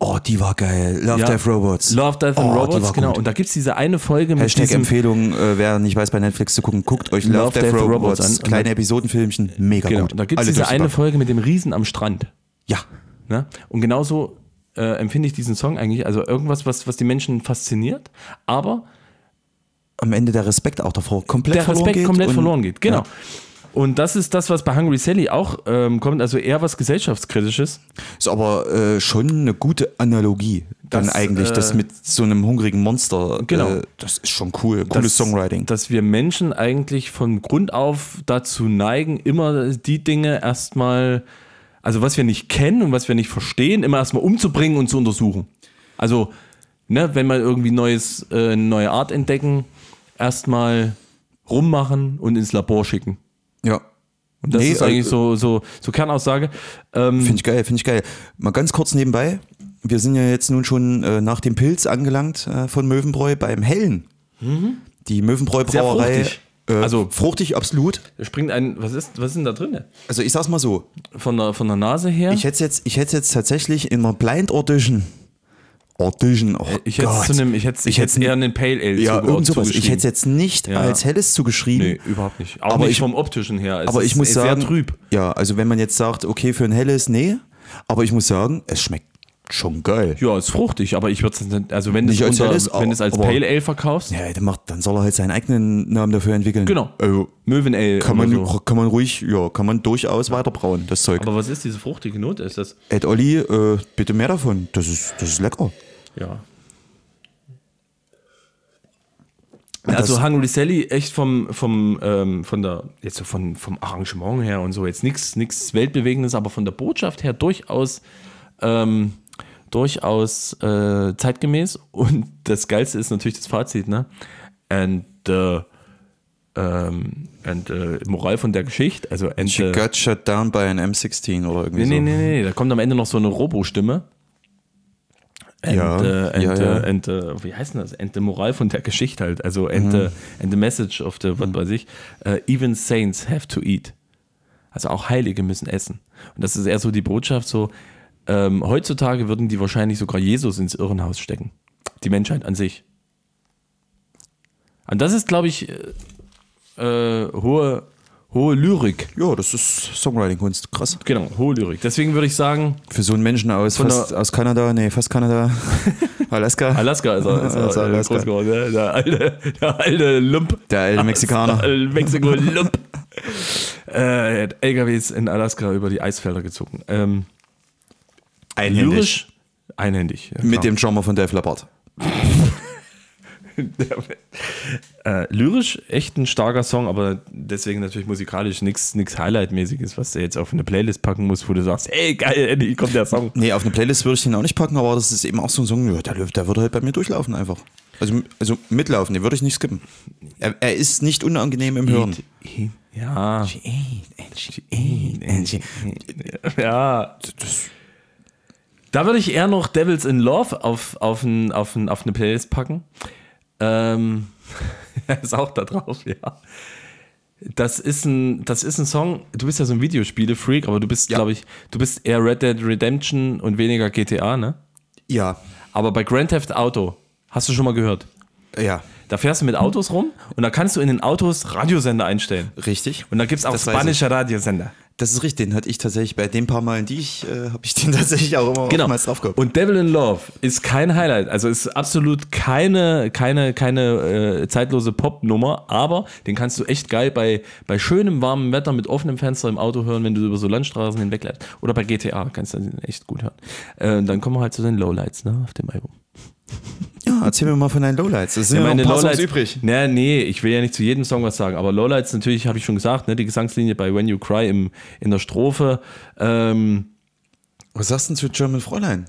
Oh, die war geil. Love, Ja. Death, Robots. Love, Death and Oh, die Robots, war genau. gut. Und da gibt es diese eine Folge mit Hashtag diesem Empfehlung, wer nicht weiß, bei Netflix zu gucken, guckt euch Love, Death, Robots an. Und Kleine dann- Episodenfilmchen, mega Genau, gut. da gibt es Alle diese eine durchgebracht. Folge mit dem Riesen am Strand. Ja. Ne? Und genauso empfinde ich diesen Song eigentlich, also irgendwas, was die Menschen fasziniert, aber Am Ende der Respekt auch davor komplett der verloren Respekt geht. komplett und- verloren geht. Genau. Ja. Und das ist das, was bei Hungry Sally auch kommt, also eher was gesellschaftskritisches. Ist aber schon eine gute Analogie. Dann Das, eigentlich, das mit so einem hungrigen Monster. Genau. Das ist schon cool. Cooles Songwriting. Dass wir Menschen eigentlich von Grund auf dazu neigen, immer die Dinge erstmal, also was wir nicht kennen und was wir nicht verstehen, immer erstmal umzubringen und zu untersuchen. Also, ne, wenn wir irgendwie eine neue Art entdecken, erstmal rummachen und ins Labor schicken. Ja. Und das ist eigentlich so Kernaussage. Finde ich geil. Mal ganz kurz nebenbei. Wir sind ja jetzt nun schon nach dem Pilz angelangt von Möwenbräu beim Hellen. Die Möwenbräu Sehr Brauerei. fruchtig. Also- fruchtig, absolut. Da springt was ist denn da drin? Also ich sag's mal so. Von der Nase her? Ich hätte jetzt tatsächlich in einer Blind Audition. Oh ich hätte eher einen Pale Ale ja, irgend sowas. Ich zugeschrieben. hätte es jetzt nicht Ja. als Helles zugeschrieben. Nee, überhaupt nicht. Auch Aber nicht ich- vom optischen her. Es Aber ist ich muss sagen, sehr trüb. ja, also wenn man jetzt sagt, okay, für ein Helles, nee. Aber ich muss sagen, es schmeckt schon geil. Ja, ist fruchtig, aber ich würde es nicht, also wenn du Nicht es als Helles, wenn du es als aber- Pale Ale verkaufst, Ja, dann soll er halt seinen eigenen Namen dafür entwickeln. genau. Also, Möwen Ale. kann oder man, so. kann man ruhig, ja, kann man durchaus weiterbrauen, das Zeug. Aber was ist diese fruchtige Note? Ist das? Ed Olli, bitte mehr davon. Das ist lecker. Ja. Also Hungry Sally echt vom Arrangement her und so jetzt nichts Weltbewegendes, aber von der Botschaft her durchaus zeitgemäß. Und das Geilste ist natürlich das Fazit, ne? And Moral von der Geschichte, also She got shut down by an M16 oder irgendwie so. nee, da kommt am Ende noch so eine Robo-Stimme. Ja, Wie heißt denn das? And the Moral von der Geschichte halt. Also and the message of the, was weiß ich, even saints have to eat. Also auch Heilige müssen essen. Und das ist eher so die Botschaft so, heutzutage würden die wahrscheinlich sogar Jesus ins Irrenhaus stecken. Die Menschheit an sich. Und das ist, glaube ich, hohe Lyrik. Ja, das ist Songwriting-Kunst. Krass. Genau, hohe Lyrik. Deswegen würde ich sagen, Für so einen Menschen aus Kanada, fast Kanada, Alaska. Alaska ist er Alaska. groß geworden, ne? Der alte Lump. Der alte Mexikaner. Mexiko-Lump. LKWs in Alaska über die Eisfelder gezogen. Einhändig. Lyrisch? Einhändig. Ja, Mit klar. dem Drummer von Def Leppard. Lyrisch echt ein starker Song, aber deswegen natürlich musikalisch nichts Highlight-mäßiges, was du jetzt auf eine Playlist packen musst, wo du sagst, ey geil, endlich kommt der Song. Nee, auf eine Playlist würde ich den auch nicht packen, aber das ist eben auch so ein Song, ja, der würde halt bei mir durchlaufen einfach. Also mitlaufen, den würde ich nicht skippen. Er ist nicht unangenehm im Hören. Ja. Ja. Da würde ich eher noch Devils in Love auf eine Playlist packen. Ist auch da drauf, ja. Das ist ein Song, du bist ja so ein Videospiele-Freak, aber du bist, Ja. glaube ich, du bist eher Red Dead Redemption und weniger GTA, ne? Ja, Aber bei Grand Theft Auto, hast du schon mal gehört? ja, Da fährst du mit Autos rum und da kannst du in den Autos Radiosender einstellen. richtig. Und da gibt es auch Das weiß spanische Radiosender. Das ist richtig, den hatte ich tatsächlich bei den paar Malen, die ich, habe ich den tatsächlich auch immer Genau. oftmals drauf gehabt. Und Devil in Love ist kein Highlight. Also ist absolut keine zeitlose Popnummer, aber den kannst du echt geil bei schönem, warmem Wetter mit offenem Fenster im Auto hören, wenn du über so Landstraßen hinwegläufst. Oder bei GTA kannst du den echt gut hören. Dann kommen wir halt zu den Lowlights, ne, auf dem Album. Ja, erzähl mir mal von deinen Lowlights. Das sind ja noch ein paar Songs übrig. Nee, ich will ja nicht zu jedem Song was sagen, aber Lowlights natürlich, habe ich schon gesagt, ne, die Gesangslinie bei When You Cry in der Strophe. Was sagst du denn zu German Fräulein?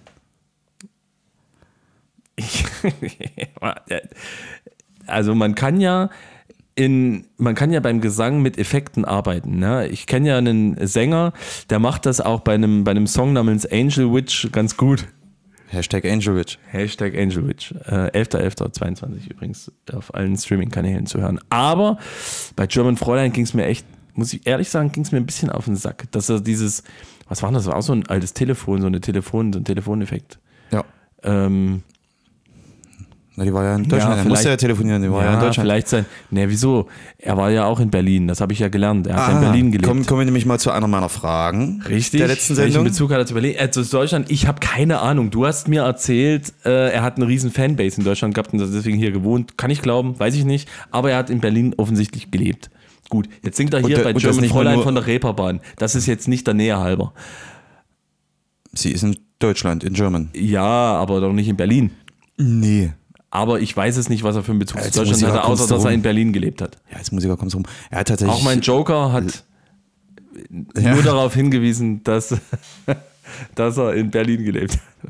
Also man kann ja beim Gesang mit Effekten arbeiten. Ne? Ich kenne ja einen Sänger, der macht das auch bei einem Song namens Angel Witch ganz gut. Hashtag Angel Witch. Hashtag Angel Witch. 11.11.22 übrigens auf allen Streaming-Kanälen zu hören. Aber bei German Fräulein ging es mir echt, muss ich ehrlich sagen, ging es mir ein bisschen auf den Sack. Dass er was war das? Das war auch so ein altes Telefon, so ein Telefoneffekt. Ja. Ähm, Na, die war ja in Deutschland, er musste ja telefonieren, die war ja in Deutschland. Vielleicht sein. Ne, wieso? Er war ja auch in Berlin, das habe ich ja gelernt. Er hat ja in Berlin gelebt. Kommen wir nämlich mal zu einer meiner Fragen. Richtig. Der letzten Welchen Sendung. Bezug hat er zu Berlin? Zu Deutschland? Ich habe keine Ahnung. Du hast mir erzählt, er hat eine riesen Fanbase in Deutschland gehabt und deswegen hier gewohnt. Kann ich glauben, weiß ich nicht. Aber er hat in Berlin offensichtlich gelebt. Gut, jetzt singt er hier bei German Fräulein von der Reeperbahn. Das ist jetzt nicht der Nähe halber. Sie ist in Deutschland, in German. Ja, aber doch nicht in Berlin. Nee. Aber ich weiß es nicht, was er für einen Bezug zu Als Deutschland Musiker hatte, außer kommst du dass er rum. in Berlin gelebt hat. Ja, als Musiker kommt es rum. Er hat tatsächlich. Auch mein Joker hat nur darauf hingewiesen, dass er in Berlin gelebt hat.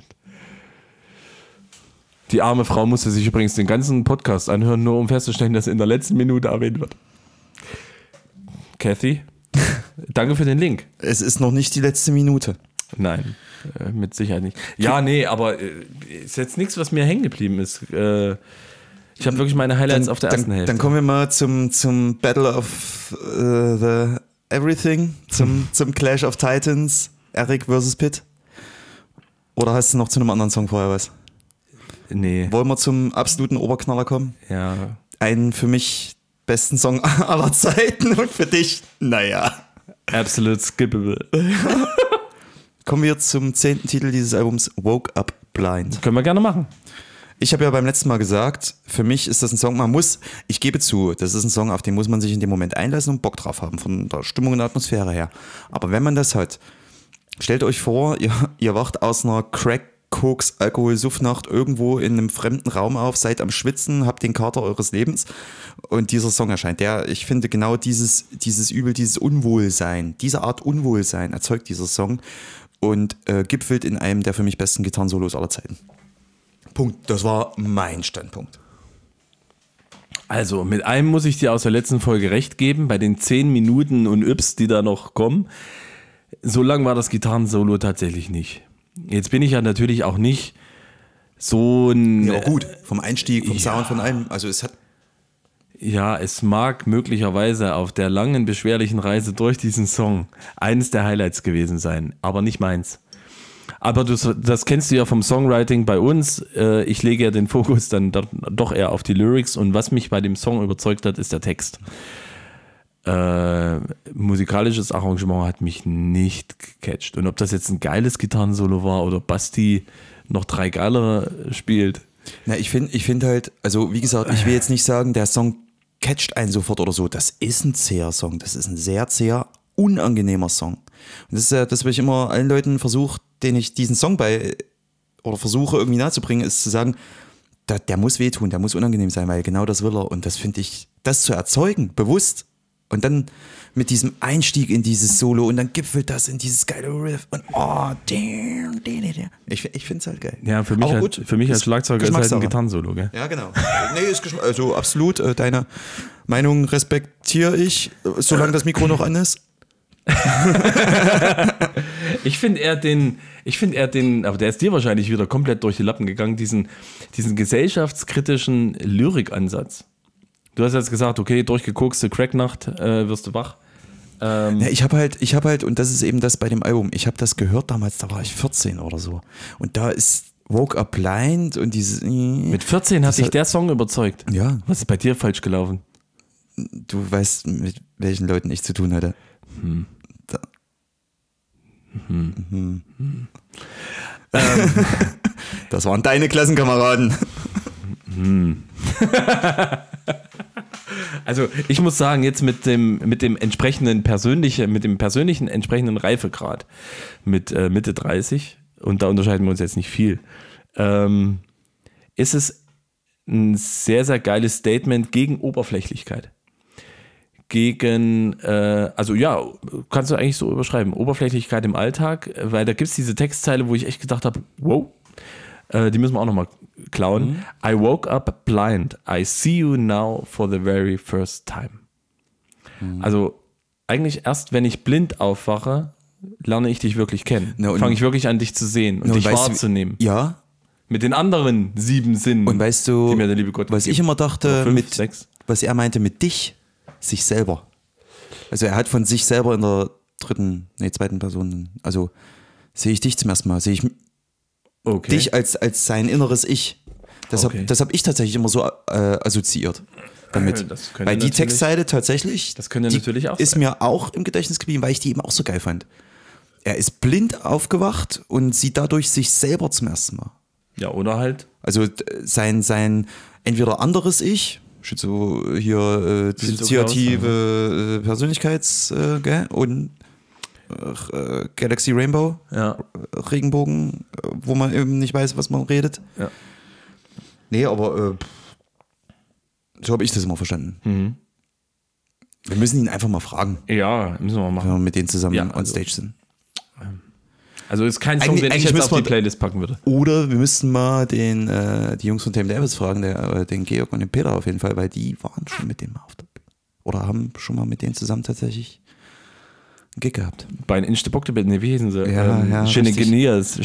Die arme Frau musste sich übrigens den ganzen Podcast anhören, nur um festzustellen, dass in der letzten Minute erwähnt wird. Kathy, danke für den Link. Es ist noch nicht die letzte Minute. Nein, mit Sicherheit nicht. Ja, nee, aber ist jetzt nichts, was mir hängen geblieben ist. Ich habe wirklich meine Highlights auf der ersten Hälfte. Dann kommen wir mal zum Battle of the Everything, zum Clash of Titans, Eric versus Pitt. Oder hast du noch zu einem anderen Song vorher was? Nee. Wollen wir zum absoluten Oberknaller kommen? Ja. Einen für mich besten Song aller Zeiten und für dich, naja. Absolute skippable. Kommen wir zum 10. Titel dieses Albums, Woke Up Blind. Können wir gerne machen. Ich habe ja beim letzten Mal gesagt, für mich ist das ein Song, ich gebe zu, das ist ein Song, auf den muss man sich in dem Moment einlassen und Bock drauf haben, von der Stimmung und der Atmosphäre her. Aber wenn man das hat, stellt euch vor, ihr wacht aus einer Koks, Alkohol, Suffnacht irgendwo in einem fremden Raum auf, seid am Schwitzen, habt den Kater eures Lebens und dieser Song erscheint. Ich finde genau dieses Übel, dieses Unwohlsein, diese Art Unwohlsein erzeugt dieser Song und gipfelt in einem der für mich besten Gitarrensolos aller Zeiten. Punkt. Das war mein Standpunkt. Also, mit einem muss ich dir aus der letzten Folge recht geben, bei den 10 Minuten und Yps, die da noch kommen. So lang war das Gitarrensolo tatsächlich nicht. Jetzt bin ich ja natürlich auch nicht so ein... Ja, gut, vom Einstieg, vom Sound, von allem. Also es hat... Ja, es mag möglicherweise auf der langen, beschwerlichen Reise durch diesen Song eines der Highlights gewesen sein, aber nicht meins. Aber das kennst du ja vom Songwriting bei uns. Ich lege ja den Fokus dann doch eher auf die Lyrics und was mich bei dem Song überzeugt hat, ist der Text. Musikalisches Arrangement hat mich nicht gecatcht. Und ob das jetzt ein geiles Gitarrensolo war oder Basti noch 3 geilere spielt. Na, ich finde halt, also wie gesagt, ich will jetzt nicht sagen, der Song catcht einen sofort oder so. Das ist ein zäher Song. Das ist ein sehr zäher, unangenehmer Song. Und das ist ja das, was ich immer allen Leuten versuche, denen ich diesen Song versuche irgendwie nahezubringen, ist zu sagen, der muss wehtun, der muss unangenehm sein, weil genau das will er. Und das finde ich, das zu erzeugen, bewusst, und dann mit diesem Einstieg in dieses Solo und dann gipfelt das in dieses geile Riff und damn. Ich finde es halt geil. Ja, für mich als Schlagzeuger ist halt ein Gitarrensolo, gell? Ja, genau. Nee, ist also absolut, deine Meinung respektiere ich, solange das Mikro noch an ist. Ich finde eher den, aber der ist dir wahrscheinlich wieder komplett durch die Lappen gegangen, diesen gesellschaftskritischen Lyrikansatz. Du hast jetzt gesagt, okay, durchgekokste Cracknacht, wirst du wach. Ja, ich habe halt, und das ist eben das bei dem Album, ich habe das gehört damals, da war ich 14 oder so. Und da ist Woke Up Blind und dieses... Mit 14 hat dich der Song überzeugt. Ja. Was ist bei dir falsch gelaufen? Du weißt, mit welchen Leuten ich zu tun hatte. Das waren deine Klassenkameraden. Also ich muss sagen, jetzt mit dem persönlichen entsprechenden Reifegrad mit Mitte 30, und da unterscheiden wir uns jetzt nicht viel, ist es ein sehr, sehr geiles Statement gegen Oberflächlichkeit. Also ja, kannst du eigentlich so überschreiben, Oberflächlichkeit im Alltag, weil da gibt es diese Textzeile, wo ich echt gedacht habe, wow, die müssen wir auch nochmal klauen. I woke up blind, I see you now for the very first time. Also eigentlich erst, wenn ich blind aufwache, lerne ich dich wirklich kennen. Fange ich wirklich an, dich zu sehen und dich wahrzunehmen. Ja. Mit den anderen 7 Sinnen, und weißt du, die mir der liebe Gott was ich immer dachte, 5, 6. Was er meinte mit dich, sich selber. Also er hat von sich selber in der zweiten Person, also sehe ich dich zum ersten Mal, sehe ich Okay. Dich als sein inneres Ich. Das Okay. hab ich tatsächlich immer so assoziiert damit. Das könnte Weil die natürlich- Textseite tatsächlich, Das könnte die natürlich auch ist sein. mir auch im Gedächtnis geblieben, weil ich die eben auch so geil fand. Er ist blind aufgewacht und sieht dadurch sich selber zum ersten Mal. Ja, oder halt. Also sein entweder anderes Ich, so hier dissoziative Persönlichkeits und Galaxy Rainbow, Ja. Regenbogen, wo man eben nicht weiß, was man redet. Ja. Nee, aber so habe ich das immer verstanden. Wir müssen ihn einfach mal fragen, Ja, müssen wir mal wenn machen. wir mit denen zusammen Ja, on also- Stage sind. Also ist kein Song, Eigentlich- den ich eigentlich jetzt müssen auf die wir- Playlist packen würde. Oder wir müssten mal die Jungs von Tame Davis fragen, den Georg und den Peter auf jeden Fall, weil die waren schon mit dem auf der Bühne. Oder haben schon mal mit denen zusammen tatsächlich einen Gig gehabt. Bei den Instebokte-Bitten, wie hießen sie? Ja, Shenegenias.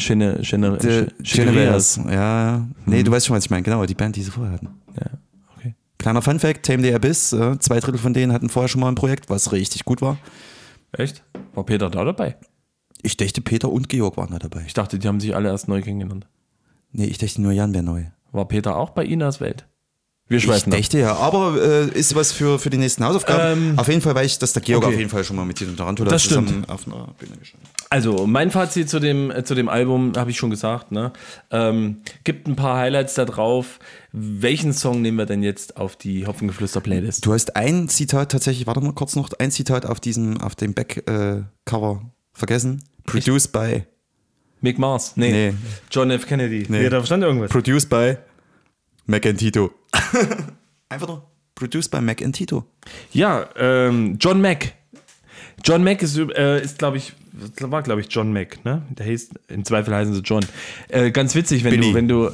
Genevieve, ja. Nee, du weißt schon, was ich meine. Genau, die Band, die sie vorher hatten. Ja, okay. Kleiner Funfact, Tame the Abyss, 2/3 von denen hatten vorher schon mal ein Projekt, was richtig gut war. Echt? War Peter da dabei? Ich dachte, Peter und Georg waren da dabei. Ich dachte, die haben sich alle erst neu kennengelernt. Nee, ich dachte nur, Jan wäre neu. War Peter auch bei Inas Welt? Wir Ich schweifen ab. dachte ja, aber ist was für die nächsten Hausaufgaben. Auf jeden Fall weiß ich, dass der Georg okay. auf jeden Fall schon mal mit diesem Tarantula Das zusammen stimmt. auf einer Bühne gestanden hat. Also, mein Fazit zu dem Album habe ich schon gesagt. Ne? Gibt ein paar Highlights da drauf. Welchen Song nehmen wir denn jetzt auf die Hopfengeflüster-Playlist? Du hast ein Zitat tatsächlich, warte mal kurz noch, ein Zitat auf dem Back-Cover vergessen. Produced by. Mick Mars? Nee. John F. Kennedy? Nee. Da stand irgendwas. Produced by Mac and Tito. Einfach nur. Produced by Mac and Tito. Ja, John Mac. John Mac ist glaube ich, John Mac, ne? Der heißt, im Zweifel heißen sie John. Ganz witzig, wenn Billy. du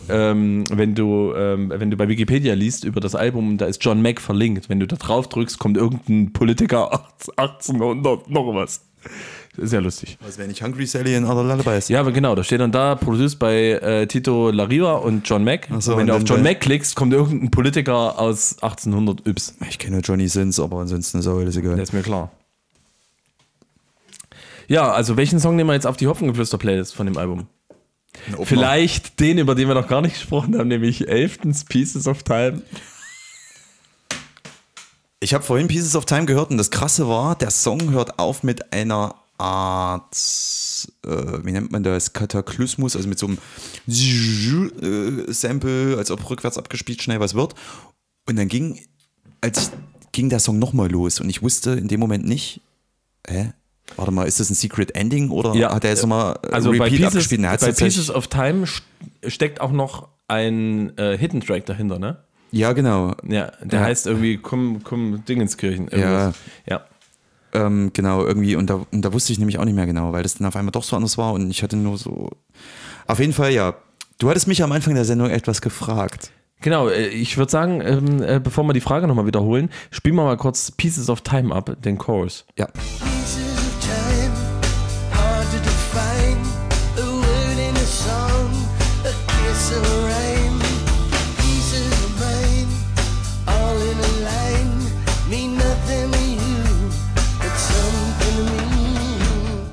bei Wikipedia liest über das Album, da ist John Mac verlinkt. Wenn du da drauf drückst, kommt irgendein Politiker 1800 noch was. Ist ja lustig. Was wäre nicht Hungry Sally in Other Lullabies? Ja, aber genau, da steht dann da, produced bei Tito Larriva und John Mac. Ach so, und wenn und du auf dann John bei- Mac klickst, kommt irgendein Politiker aus 1800 Yps. Ich kenne nur Johnny Sins, aber ansonsten ist auch alles egal. Das ist mir klar. Ja, also welchen Song nehmen wir jetzt auf die Hopfengeflüster-Playlist von dem Album? Vielleicht den, über den wir noch gar nicht gesprochen haben, nämlich 11. Pieces of Time. Ich habe vorhin Pieces of Time gehört und das Krasse war, der Song hört auf mit einer Art, wie nennt man das, Kataklysmus, also mit so einem Sample, als ob rückwärts abgespielt schnell was wird. Und dann ging der Song nochmal los und ich wusste in dem Moment nicht, warte mal, ist das ein Secret Ending oder Ja, hat er jetzt nochmal Also bei Repeat Pieces, abgespielt? Er hat's bei tatsächlich- Pieces of Time steckt auch noch ein Hidden Track dahinter, ne? Ja, genau. Ja, der Ja. heißt irgendwie Komm Dingenskirchen. Ja. Ja. Genau, irgendwie, und da wusste ich nämlich auch nicht mehr genau, weil das dann auf einmal doch so anders war und ich hatte nur so. Auf jeden Fall, ja. Du hattest mich am Anfang der Sendung etwas gefragt. Genau, ich würde sagen, bevor wir die Frage nochmal wiederholen, spielen wir mal kurz Pieces of Time ab, den Chorus. Ja. Pieces of time, hard to define. A word in a song, a kiss or a rhyme. Pieces of mine, all in a line, mean nothing to you, but something to me.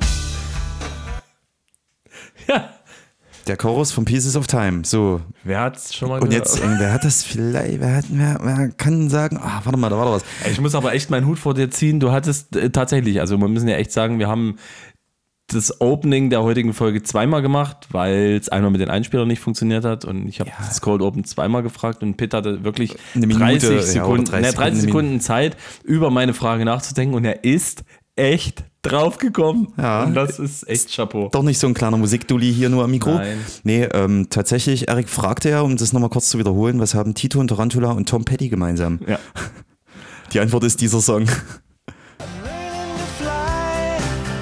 Ja. Der Chorus von Pieces of Time. So. Wer hat's schon mal Und gehört? jetzt, wer hat das vielleicht, wer kann sagen, warte mal, da war doch was. Ich muss aber echt meinen Hut vor dir ziehen. Du hattest tatsächlich, also wir müssen ja echt sagen, wir haben das Opening der heutigen Folge zweimal gemacht, weil es einmal mit den Einspielern nicht funktioniert hat und ich habe das Cold Open zweimal gefragt und Pitt hatte wirklich Eine Minute, 30 ja, oder Sekunden, 30 30 Sekunden, Sekunden Zeit, über meine Frage nachzudenken und er ist echt draufgekommen. Ja. Und das ist echt Chapeau. Doch nicht so ein kleiner Musikdulli hier nur am Mikro. Nein. Nee, tatsächlich, Erik fragte ja, um das nochmal kurz zu wiederholen, was haben Tito und Tarantula und Tom Petty gemeinsam? Ja. Die Antwort ist dieser Song. Learning to fly,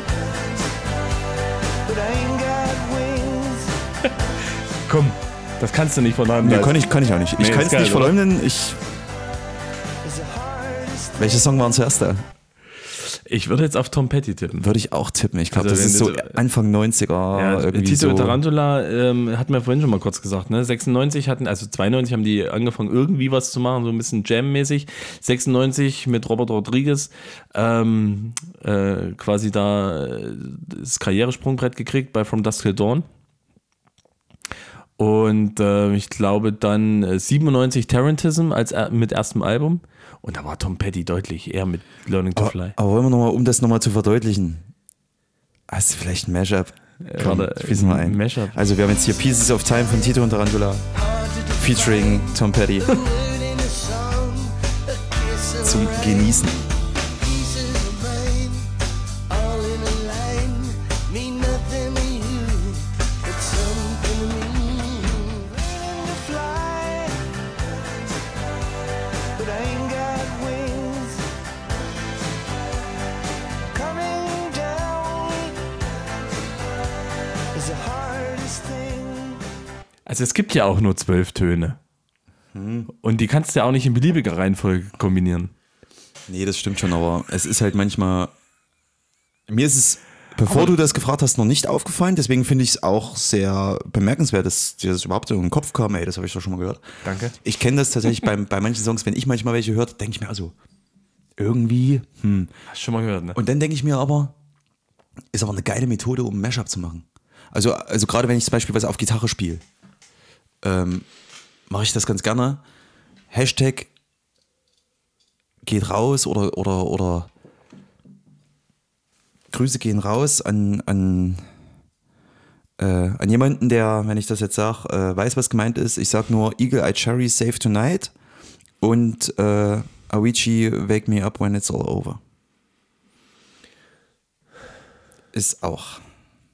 but I ain't got wings. Komm, das kannst du nicht von einem. Nee, kann ich auch nicht. Nee, Ich kann ist es geil, nicht oder? verleugnen. Is the hardest Welche Song waren zuerst da? Ich würde jetzt auf Tom Petty tippen. Würde ich auch tippen. Ich glaube, Also das ist wenn so du- Anfang 90er. Ja, irgendwie Tito so. Tarantula hatten wir vorhin schon mal kurz gesagt, ne? 96 also 92 haben die angefangen irgendwie was zu machen, so ein bisschen Jam-mäßig. 96 mit Robert Rodriguez quasi da das Karrieresprungbrett gekriegt bei From Dusk Till Dawn. Und ich glaube dann 97 Tarantism mit erstem Album. Und da war Tom Petty deutlich eher mit Learning to Fly. Aber wollen wir nochmal, um das nochmal zu verdeutlichen, hast du vielleicht ein Mashup? Komm, spiel's mal ein. Mashup. Also wir haben jetzt hier Pieces of Time von Tito und Tarantula featuring Tom Petty zum Genießen. Pieces of rain, all in a line, mean nothing to you, but something to me. Learning to fly, but I ain't got wings. Coming down is the hardest thing. Also es gibt ja auch nur 12 Töne. Und die kannst du ja auch nicht in beliebiger Reihenfolge kombinieren. Nee, das stimmt schon, aber es ist halt manchmal. Mir ist es, bevor du das gefragt hast, noch nicht aufgefallen. Deswegen finde ich es auch sehr bemerkenswert, dass dir das überhaupt so in den Kopf kam. Ey, das habe ich doch schon mal gehört. Danke. Ich kenne das tatsächlich bei manchen Songs, wenn ich manchmal welche höre, denke ich mir also, irgendwie, Hast du schon mal gehört, ne? Und dann denke ich mir aber, ist aber eine geile Methode, um ein Mashup zu machen. Also gerade wenn ich zum Beispiel was auf Gitarre spiele, mache ich das ganz gerne. Hashtag geht raus oder Grüße gehen raus an jemanden, der, wenn ich das jetzt sage, weiß, was gemeint ist. Ich sage nur Eagle-Eye Cherry Save Tonight und Avicii Wake Me Up When It's All Over. Ist auch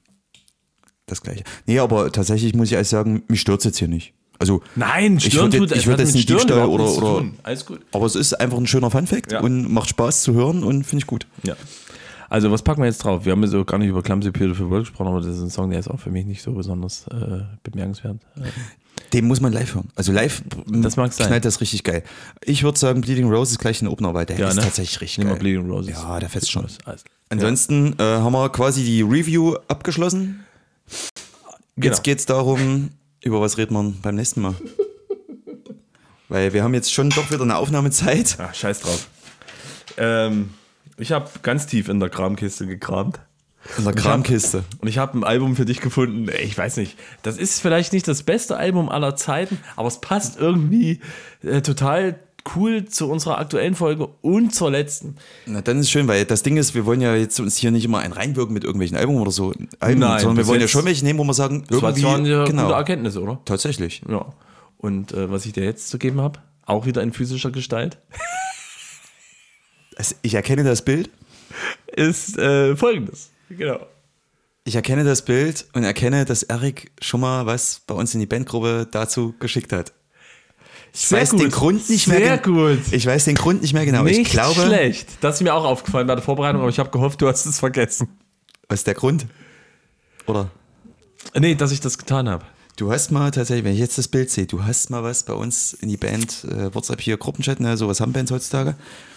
das Gleiche. Nee, aber tatsächlich muss ich ehrlich sagen, mich stört es jetzt hier nicht. Also, Nein, ich stören würde tut jetzt nicht Diebstahl oder Alles gut. aber es ist einfach ein schöner Funfact Ja. und macht Spaß zu hören und finde ich gut. Ja. Also was packen wir jetzt drauf? Wir haben jetzt auch gar nicht über Clumsy Beautiful World gesprochen, aber das ist ein Song, der ist auch für mich nicht so besonders bemerkenswert. Den muss man live hören. Also live Das mag sein. knallt das richtig geil. Ich würde sagen, Bleeding Rose ist gleich ein Opener, weil der Ja, ist ne? tatsächlich richtig Nehmen wir geil. Bleeding Roses. Ja, der fetzt schon. Alles. Ansonsten haben wir quasi die Review abgeschlossen. Genau. Jetzt geht es darum, über was redet man beim nächsten Mal. Weil wir haben jetzt schon doch wieder eine Aufnahmezeit. Ach, scheiß drauf. Ich habe ganz tief in der Kramkiste gekramt. In der Kramkiste. Und ich habe ein Album für dich gefunden. Ey, ich weiß nicht, das ist vielleicht nicht das beste Album aller Zeiten, aber es passt irgendwie total cool zu unserer aktuellen Folge und zur letzten. Na, dann ist schön, weil das Ding ist, wir wollen ja jetzt uns hier nicht immer ein reinwirken mit irgendwelchen Alben oder so. Nein, sondern wir bis wollen ja jetzt- schon welche nehmen, wo wir sagen, Das irgendwie, waren ja genau, gute Erkenntnisse, oder? tatsächlich. Ja. Und was ich dir jetzt zu geben habe, auch wieder in physischer Gestalt, Also, ich erkenne das Bild. ist folgendes. Genau. Ich erkenne das Bild und erkenne, dass Erik schon mal was bei uns in die Bandgruppe dazu geschickt hat. Ich weiß den Grund nicht mehr. Sehr gut. Ich weiß den Grund nicht mehr genau. Nicht Ich glaube, schlecht. Das ist mir auch aufgefallen bei der Vorbereitung, aber ich habe gehofft, du hast es vergessen. was ist der Grund? Oder? Nee, dass ich das getan habe. Du hast mal tatsächlich, wenn ich jetzt das Bild sehe, du hast mal was bei uns in die Band, WhatsApp hier, Gruppenchat, ne, sowas haben Bands heutzutage.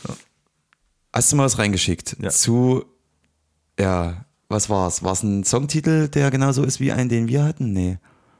Hast du mal was reingeschickt Ja. zu, ja, was war's? War es ein Songtitel, der genauso ist wie einen, den wir hatten? Nee.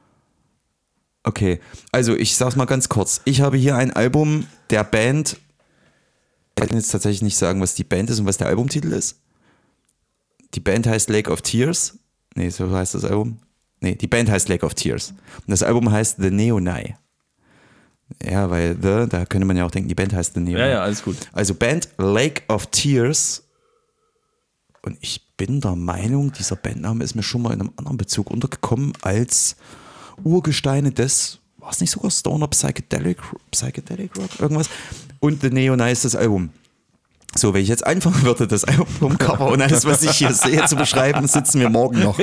Okay, also ich sag's mal ganz kurz. Ich habe hier ein Album der Band. Ich kann jetzt tatsächlich nicht sagen, was die Band ist und was der Albumtitel ist. Die Band heißt Lake of Tears. Nee, so heißt das Album. Nee, die Band heißt Lake of Tears. Und das Album heißt The Neonai. Ja, weil da könnte man ja auch denken, die Band heißt The Neonai. Ja, alles gut. Also Band Lake of Tears. Und ich bin der Meinung, dieser Bandname ist mir schon mal in einem anderen Bezug untergekommen als Urgesteine des, war es nicht sogar Stoner Psychedelic Rock, irgendwas? Und The Neonai ist das Album. So, wenn ich jetzt anfangen würde, das Albumcover und alles, was ich hier sehe, zu beschreiben, sitzen wir morgen noch.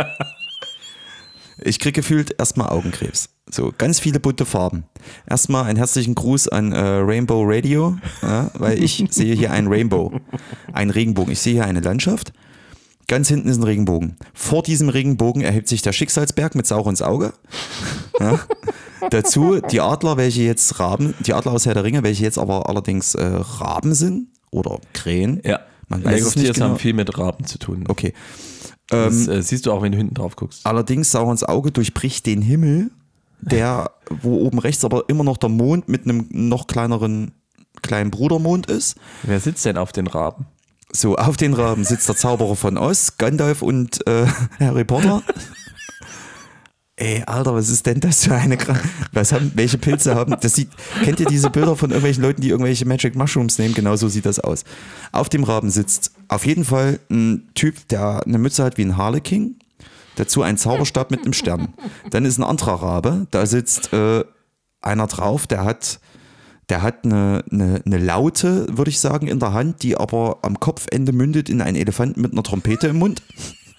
Ich kriege gefühlt erstmal Augenkrebs. So, ganz viele bunte Farben. Erstmal einen herzlichen Gruß an Rainbow Radio, ja, weil ich sehe hier einen Rainbow, einen Regenbogen. Ich sehe hier eine Landschaft. Ganz hinten ist ein Regenbogen. Vor diesem Regenbogen erhebt sich der Schicksalsberg mit Saurons Auge. Ja. Dazu die Adler, welche jetzt Raben, die Adler aus Herr der Ringe, welche jetzt aber allerdings Raben sind oder Krähen. Ja. Man weiß Lake es of nicht Tears genau. haben viel mit Raben zu tun. Okay. Das siehst du auch, wenn du hinten drauf guckst. Allerdings Saurons Auge durchbricht den Himmel, wo oben rechts aber immer noch der Mond mit einem noch kleineren kleinen Brudermond ist. Wer sitzt denn auf den Raben? So, auf den Raben sitzt der Zauberer von Oz, Gandalf und Harry Potter. Ey, Alter, was ist denn das für eine welche Pilze haben? Kennt ihr diese Bilder von irgendwelchen Leuten, die irgendwelche Magic Mushrooms nehmen? Genau so sieht das aus. Auf dem Raben sitzt auf jeden Fall ein Typ, der eine Mütze hat wie ein Harlekin. Dazu ein Zauberstab mit einem Stern. Dann ist ein anderer Rabe, da sitzt einer drauf, der hat eine Laute, würde ich sagen, in der Hand, die aber am Kopfende mündet in einen Elefanten mit einer Trompete im Mund.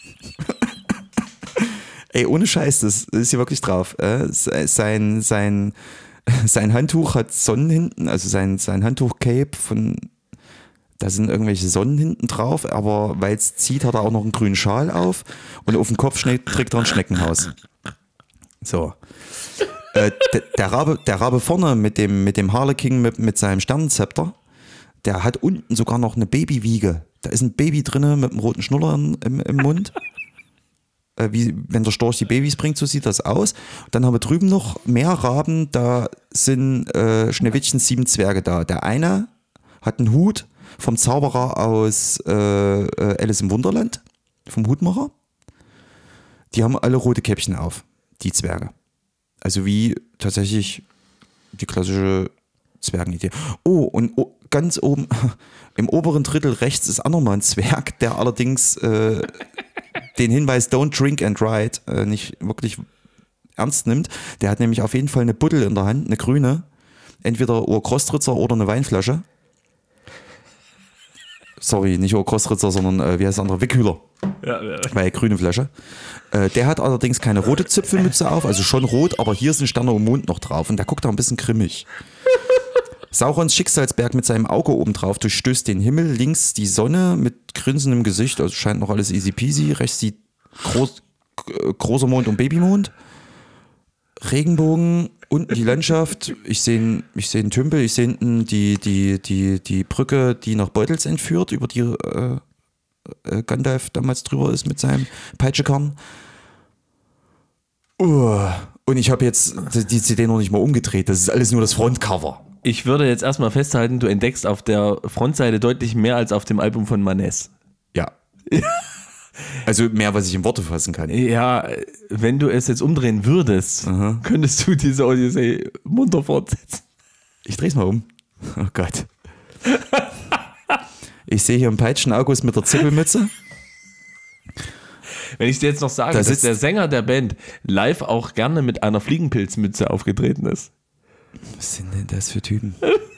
Ey, ohne Scheiß, das ist hier wirklich drauf. Sein Handtuch hat Sonnen hinten, also sein Handtuch-Cape da sind irgendwelche Sonnen hinten drauf, aber weil es zieht, hat er auch noch einen grünen Schal auf und auf dem Kopf trägt er ein Schneckenhaus. So. Der Rabe vorne mit dem Harlekin mit seinem Sternenzepter, der hat unten sogar noch eine Babywiege. Da ist ein Baby drinne mit einem roten Schnuller im Mund. Wie wenn der Storch die Babys bringt, so sieht das aus. Dann haben wir drüben noch mehr Raben, da sind Schneewittchens 7 Zwerge da. Der eine hat einen Hut vom Zauberer aus Alice im Wunderland, vom Hutmacher. Die haben alle rote Käppchen auf, die Zwerge. Also wie tatsächlich die klassische Zwergenidee. Oh, und ganz oben, im oberen Drittel rechts ist auch nochmal ein Zwerg, der allerdings den Hinweis Don't drink and ride nicht wirklich ernst nimmt. Der hat nämlich auf jeden Fall eine Buddel in der Hand, eine grüne. Entweder Urkrostritzer oder eine Weinflasche. Sorry, nicht Urkrostritzer, sondern wie heißt der andere? Wickhühler. Ja. Weil grüne Flasche. Der hat allerdings keine rote Zipfelmütze auf, also schon rot, aber hier sind Sterne im Mond noch drauf und der guckt da ein bisschen grimmig. Saurons Schicksalsberg mit seinem Auge oben drauf durchstößt den Himmel, links die Sonne mit grinsendem Gesicht, also scheint noch alles easy peasy, rechts die großer Mond und Babymond, Regenbogen, unten die Landschaft, ich sehe einen Tümpel, ich sehe hinten die Brücke, die nach Beutels entführt, über die Gandalf damals drüber ist mit seinem Peitschekern. Und ich habe jetzt die CD noch nicht mal umgedreht, das ist alles nur das Frontcover. Ich würde jetzt erstmal festhalten, du entdeckst auf der Frontseite deutlich mehr als auf dem Album von Maness. Ja. Also mehr, was ich in Worte fassen kann. Ja, wenn du es jetzt umdrehen würdest, könntest du diese Odyssee munter fortsetzen. Ich dreh's mal um. Oh Gott. Ich sehe hier einen Peitschen-August mit der Zippelmütze. Wenn ich dir jetzt noch sage, dass der Sänger der Band live auch gerne mit einer Fliegenpilzmütze aufgetreten ist. Was sind denn das für Typen?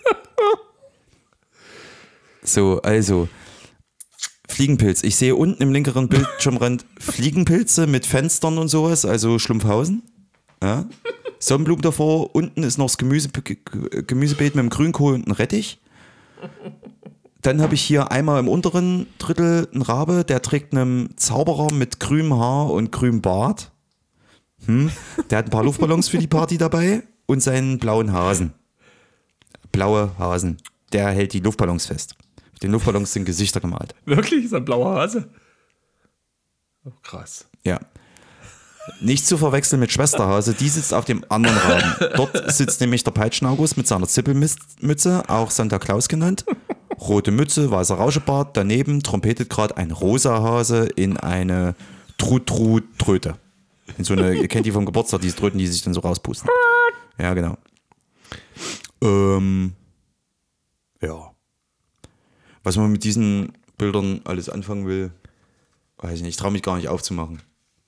So, also Fliegenpilz. Ich sehe unten im linkeren Bildschirmrand Fliegenpilze mit Fenstern und sowas, also Schlumpfhausen. Ja. Sonnenblumen davor. Unten ist noch das Gemüsebeet mit dem Grünkohl und einem Rettich. Dann habe ich hier einmal im unteren Drittel einen Rabe, der trägt einen Zauberer mit grünem Haar und grünem Bart. Der hat ein paar Luftballons für die Party dabei. Und seinen blauen Hasen. Blaue Hasen. Der hält die Luftballons fest. Auf den Luftballons sind Gesichter gemalt. Wirklich? Ist ein blauer Hase? Oh, krass. Ja. Nicht zu verwechseln mit Schwesterhase, die sitzt auf dem anderen Raben. Dort sitzt nämlich der Peitschen-August mit seiner Zippelmütze, auch Santa Claus genannt. Rote Mütze, weißer Rauschebart. Daneben trompetet gerade ein rosa Hase in eine Trut-Trut-Tröte. In so eine, ihr kennt die vom Geburtstag, diese Tröten, die sich dann so rauspusten. Ja, genau. Ja. Was man mit diesen Bildern alles anfangen will, weiß ich nicht. Ich traue mich gar nicht aufzumachen.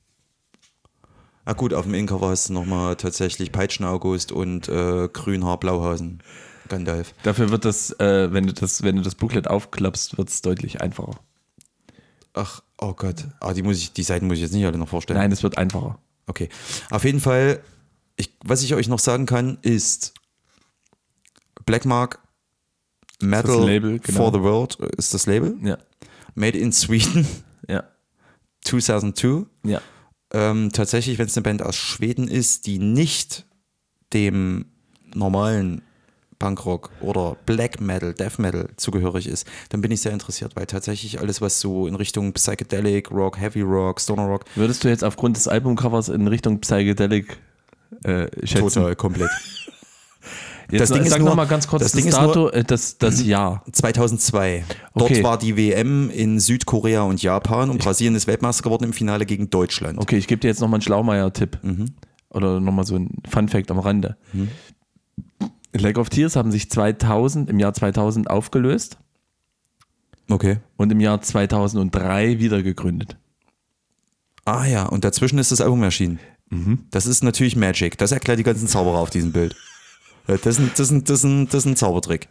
Ah gut, auf dem Innencover hast du nochmal tatsächlich Peitschen-August und Grünhaar-Blauhasen. Gandalf. Dafür wird das, wenn du das Booklet aufklappst, wird es deutlich einfacher. Ach, oh Gott. Die Seiten muss ich jetzt nicht alle noch vorstellen. Nein, es wird einfacher. Okay. Auf jeden Fall, was ich euch noch sagen kann, ist Blackmark Metal Label, genau. for the World ist das Label. Ja. Made in Sweden. Ja. 2002. Ja. Tatsächlich, wenn es eine Band aus Schweden ist, die nicht dem normalen Punkrock oder Black Metal, Death Metal zugehörig ist, dann bin ich sehr interessiert, weil tatsächlich alles, was so in Richtung Psychedelic Rock, Heavy Rock, Stoner Rock. Würdest du jetzt aufgrund des Albumcovers in Richtung Psychedelic schätzen? Total, komplett. Jetzt Das Ding ist sag nur- noch mal ganz kurz das das Ding ist Dato, das Jahr. 2002. Dort Okay. war die WM in Südkorea und Japan und Brasilien ist Weltmeister geworden im Finale gegen Deutschland. Okay, ich gebe dir jetzt nochmal einen Schlaumeier-Tipp. Oder nochmal so ein Fun-Fact am Rande. Lake of Tears haben sich im Jahr 2000 aufgelöst Okay. und im Jahr 2003 wieder gegründet. Ah ja, und dazwischen ist das Album erschienen. Das ist natürlich Magic. Das erklärt die ganzen Zauberer auf diesem Bild. Das ist ein Zaubertrick.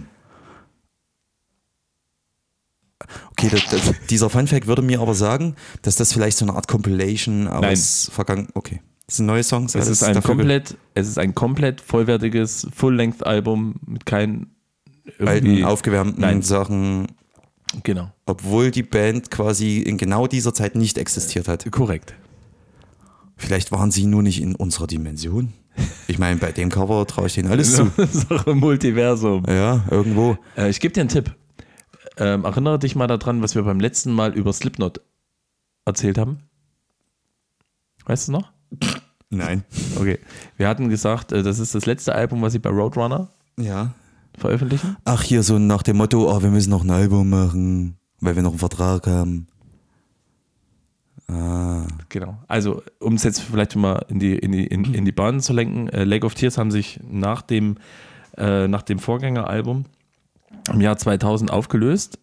Okay, dieser Funfact würde mir aber sagen, dass das vielleicht so eine Art Compilation aus vergangen. Okay. Das sind neue Songs. Es alles ist ein dafür komplett vollwertiges Full-Length-Album mit keinen alten, aufgewärmten Nein. Sachen, Genau, obwohl die Band quasi in genau dieser Zeit nicht existiert hat. korrekt. Vielleicht waren sie nur nicht in unserer Dimension. Ich meine, bei dem Cover traue ich denen alles zu. So ein Multiversum. Ja, irgendwo. Ich gebe dir einen Tipp. Erinnere dich mal daran, was wir beim letzten Mal über Slipknot erzählt haben. Weißt du noch? Nein. Okay. Wir hatten gesagt, das ist das letzte Album, was sie bei Roadrunner Ja. veröffentlichen. Ach, hier so nach dem Motto, oh, wir müssen noch ein Album machen, weil wir noch einen Vertrag haben. Genau. Also, um es jetzt vielleicht mal in die Bahn zu lenken, Lake of Tears haben sich nach dem Vorgängeralbum im Jahr 2000 aufgelöst.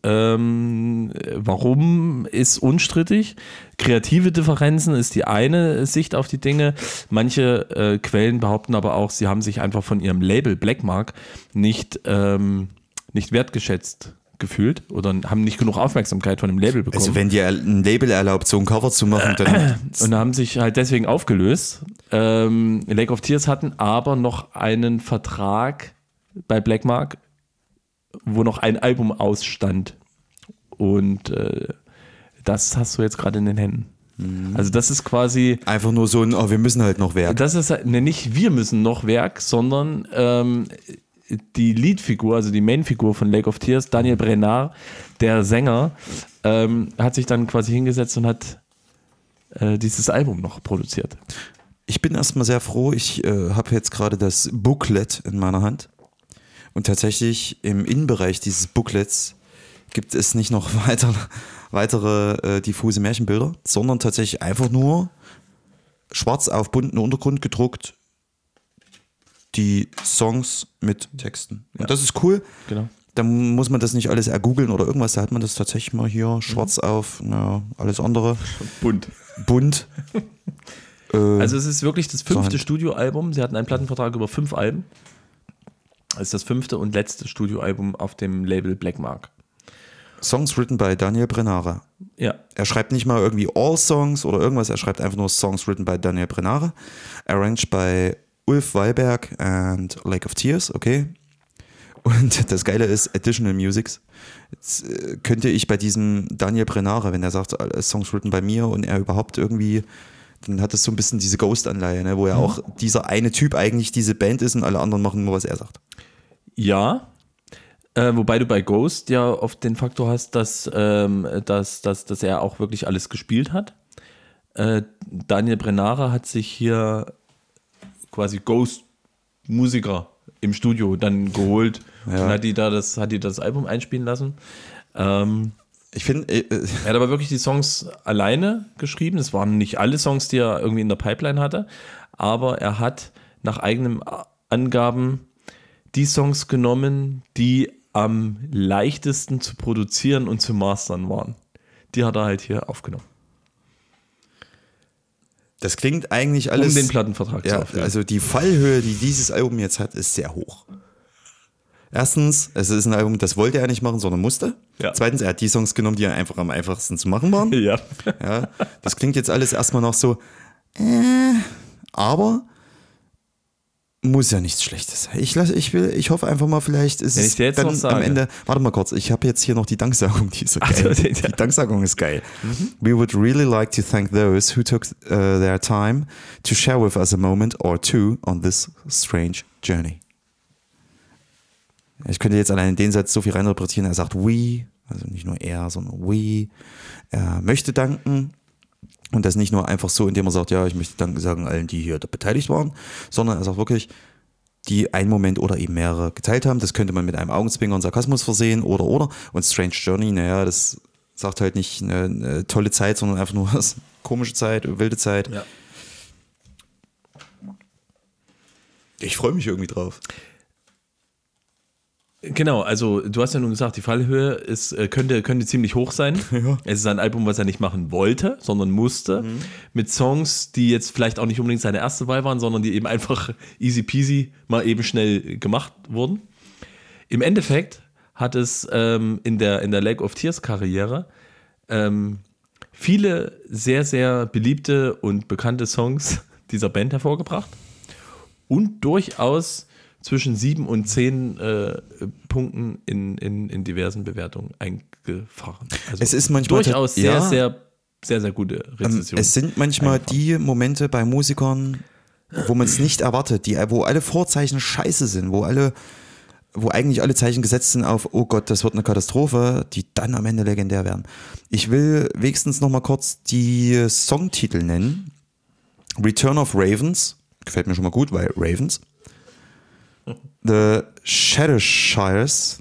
Warum ist unstrittig? Kreative Differenzen ist die eine Sicht auf die Dinge. Manche Quellen behaupten aber auch, sie haben sich einfach von ihrem Label Blackmark nicht wertgeschätzt gefühlt oder haben nicht genug Aufmerksamkeit von dem Label bekommen. Also wenn dir ein Label erlaubt, so ein Cover zu machen, dann... Und haben sich halt deswegen aufgelöst. Lake of Tears hatten aber noch einen Vertrag bei Blackmark, wo noch ein Album ausstand. Und das hast du jetzt gerade in den Händen. Also das ist quasi, Einfach nur so ein, oh, wir müssen halt noch Werk. das ist nicht wir müssen noch Werk, sondern die Leadfigur, also die Mainfigur von Lake of Tears, Daniel Brenard, der Sänger, hat sich dann quasi hingesetzt und hat dieses Album noch produziert. Ich bin erstmal sehr froh, ich habe jetzt gerade das Booklet in meiner Hand und tatsächlich im Innenbereich dieses Booklets gibt es nicht noch weitere diffuse Märchenbilder, sondern tatsächlich einfach nur schwarz auf bunten Untergrund gedruckt die Songs mit Texten. Und das ist cool. Genau. Dann muss man das nicht alles ergoogeln oder irgendwas, da hat man das tatsächlich mal hier schwarz auf, alles andere. Bunt. Bunt. Also es ist wirklich das 5. Hand. Studioalbum. Sie hatten einen Plattenvertrag über 5 Alben. Es ist das 5. und letzte Studioalbum auf dem Label Blackmark. Songs written by Daniel Brenare. Ja. Er schreibt nicht mal irgendwie All Songs oder irgendwas, er schreibt einfach nur Songs written by Daniel Brenare. Arranged by Ulf Weilberg and Lake of Tears, okay. Und das Geile ist Additional Musics. Jetzt könnte ich bei diesem Daniel Brenare, wenn er sagt, Songs written by mir und er überhaupt irgendwie, dann hat es so ein bisschen diese Ghost-Anleihe, ne, wo er auch dieser eine Typ eigentlich diese Band ist und alle anderen machen nur, was er sagt. Ja. Wobei du bei Ghost ja oft den Faktor hast, dass er auch wirklich alles gespielt hat. Daniel Brenare hat sich hier quasi Ghost-Musiker im Studio dann geholt und hat die das Album einspielen lassen. Ich finde, Er hat aber wirklich die Songs alleine geschrieben. Es waren nicht alle Songs, die er irgendwie in der Pipeline hatte, aber er hat nach eigenen Angaben die Songs genommen, die am leichtesten zu produzieren und zu mastern waren. Die hat er halt hier aufgenommen. das klingt eigentlich alles... Um den Plattenvertrag zu Ja, erfüllen. also die Fallhöhe, die dieses Album jetzt hat, ist sehr hoch. Erstens, es ist ein Album, das wollte er nicht machen, sondern musste. Ja. Zweitens, er hat die Songs genommen, die einfach am einfachsten zu machen waren. Ja. Ja, das klingt jetzt alles erstmal noch so, aber muss ja nichts Schlechtes sein. Ich hoffe einfach mal, vielleicht ist Wenn es ich dir jetzt dann noch sage. am Ende, warte mal kurz, ich habe jetzt hier noch die Danksagung, die ist so Ach so, geil. ja. Die Danksagung ist geil. We would really like to thank those who took their time to share with us a moment or two on this strange journey. Ich könnte jetzt allein in den Satz so viel reininterpretieren. Er sagt we, also nicht nur er, sondern we. Er möchte danken. Und das nicht nur einfach so, indem er sagt, ja, ich möchte Danke sagen allen, die hier beteiligt waren, sondern er sagt wirklich, die einen Moment oder eben mehrere geteilt haben. Das könnte man mit einem Augenzwinkern Sarkasmus versehen oder. Und Strange Journey, naja, das sagt halt nicht eine tolle Zeit, sondern einfach nur was komische Zeit, wilde Zeit. Ja. Ich freue mich irgendwie drauf. Genau, also du hast ja nun gesagt, die Fallhöhe könnte ziemlich hoch sein. Ja. Es ist ein Album, was er nicht machen wollte, sondern musste. Mit Songs, die jetzt vielleicht auch nicht unbedingt seine erste Wahl waren, sondern die eben einfach easy peasy mal eben schnell gemacht wurden. Im Endeffekt hat es in der Lake of Tears Karriere viele sehr, sehr beliebte und bekannte Songs dieser Band hervorgebracht und durchaus zwischen 7 und 10 Punkten in diversen Bewertungen eingefahren. Also Es ist manchmal durchaus ja. sehr gute Rezensionen. Es sind manchmal die Momente bei Musikern, wo man es nicht erwartet, wo alle Vorzeichen scheiße sind, wo eigentlich alle Zeichen gesetzt sind auf, oh Gott, das wird eine Katastrophe, die dann am Ende legendär werden. Ich will wenigstens noch mal kurz die Songtitel nennen. Return of Ravens, gefällt mir schon mal gut, weil Ravens. The Shadowshires.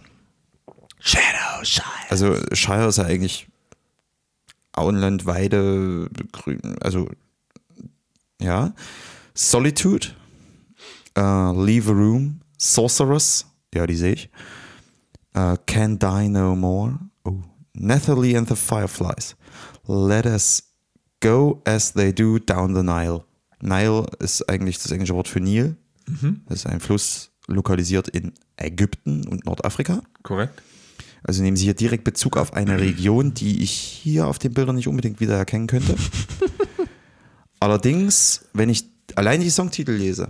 Also Shire ist ja eigentlich Auenland, Weide, Grün, also ja. Solitude, Leave a Room, Sorceress, ja, die sehe ich. Can Die No More, Nathalie and the Fireflies, Let Us Go As They Do Down the Nile. Nile ist eigentlich das englische Wort für Nil. Das ist ein Fluss lokalisiert in Ägypten und Nordafrika. Korrekt. Also nehmen Sie hier direkt Bezug auf eine Region, die ich hier auf den Bildern nicht unbedingt wieder erkennen könnte. Allerdings, wenn ich allein die Songtitel lese,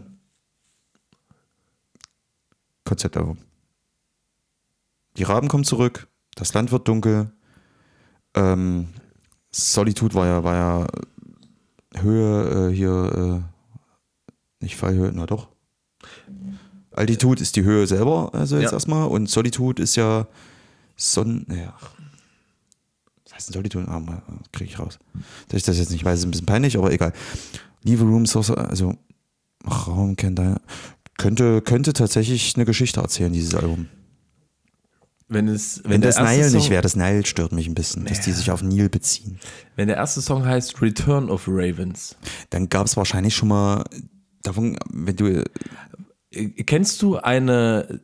Konzeptalbum. Die Raben kommen zurück, das Land wird dunkel, Solitude war ja Höhe, nicht Fallhöhe, na doch. Altitude ist die Höhe selber, also jetzt erstmal. Und Solitude ist ja was heißt denn Solitude? Kriege ich raus. Dass ich das jetzt nicht weiß, ist ein bisschen peinlich, aber egal. Leave a Room, also Raum könnte tatsächlich eine Geschichte erzählen, dieses Album. Wenn das Nile nicht wäre, das Nile stört mich ein bisschen, dass die sich auf Nil beziehen. Wenn der erste Song heißt Return of Ravens. Dann gab es wahrscheinlich schon mal davon, wenn du... Kennst du eine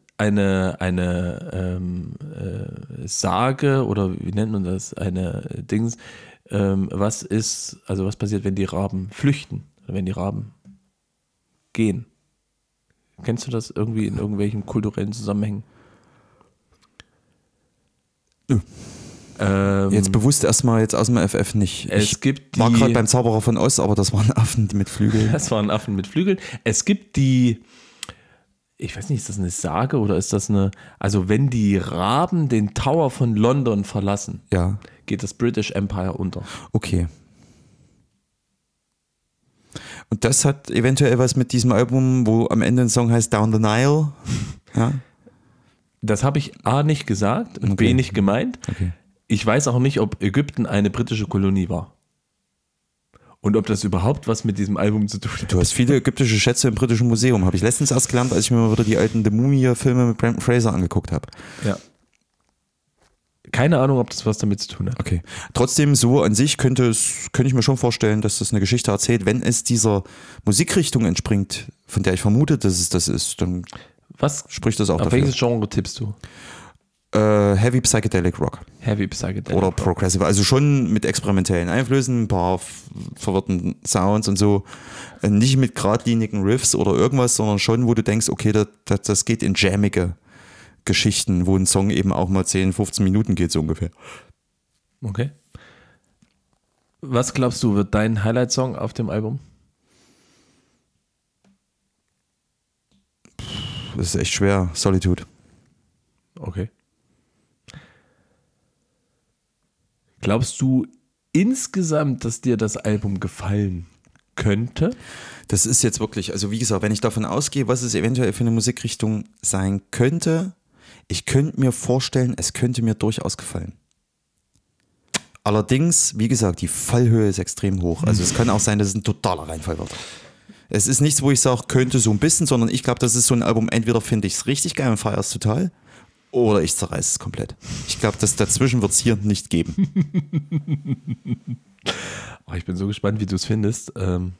Sage oder wie nennt man das? Eine Dings, was passiert, wenn die Raben flüchten? Oder wenn die Raben gehen? Kennst du das irgendwie in irgendwelchen kulturellen Zusammenhängen? Jetzt bewusst erstmal jetzt aus dem FF nicht. Ich war gerade beim Zauberer von Oz, aber das waren Affen mit Flügeln. Das waren Affen mit Flügeln. Es gibt ich weiß nicht, ist das eine Sage oder ist das also wenn die Raben den Tower von London verlassen, geht das British Empire unter. Okay. Und das hat eventuell was mit diesem Album, wo am Ende ein Song heißt Down the Nile. Ja. Das habe ich A nicht gesagt und B nicht gemeint. Okay. Ich weiß auch nicht, ob Ägypten eine britische Kolonie war. Und ob das überhaupt was mit diesem Album zu tun hat. Du hast viele ägyptische Schätze im Britischen Museum. Habe ich letztens erst gelernt, als ich mir mal wieder die alten The Mumie-Filme mit Brendan Fraser angeguckt habe. Ja. Keine Ahnung, ob das was damit zu tun hat. Okay. Trotzdem, so an sich könnte ich mir schon vorstellen, dass das eine Geschichte erzählt. Wenn es dieser Musikrichtung entspringt, von der ich vermute, dass es das ist, dann spricht das auch dafür. Auf welches Genre tippst du? Heavy Psychedelic Rock. Heavy Psychedelic Oder Rock. Progressive. Also schon mit experimentellen Einflüssen, ein paar verwirrten Sounds und so. Nicht mit geradlinigen Riffs oder irgendwas, sondern schon, wo du denkst, okay, das geht in jammige Geschichten, wo ein Song eben auch mal 10, 15 Minuten geht, so ungefähr. Okay. Was glaubst du, wird dein Highlight-Song auf dem Album? Das ist echt schwer. Solitude. Okay. Glaubst du insgesamt, dass dir das Album gefallen könnte? Das ist jetzt wirklich, also wie gesagt, wenn ich davon ausgehe, was es eventuell für eine Musikrichtung sein könnte, ich könnte mir vorstellen, es könnte mir durchaus gefallen. Allerdings, wie gesagt, die Fallhöhe ist extrem hoch. Also es kann auch sein, dass es ein totaler Reinfall wird. Es ist nichts, wo ich sage, könnte so ein bisschen, sondern ich glaube, das ist so ein Album, entweder finde ich es richtig geil und feiere es total oder ich zerreiße es komplett. Ich glaube, das dazwischen wird es hier nicht geben. Oh, ich bin so gespannt, wie du es findest.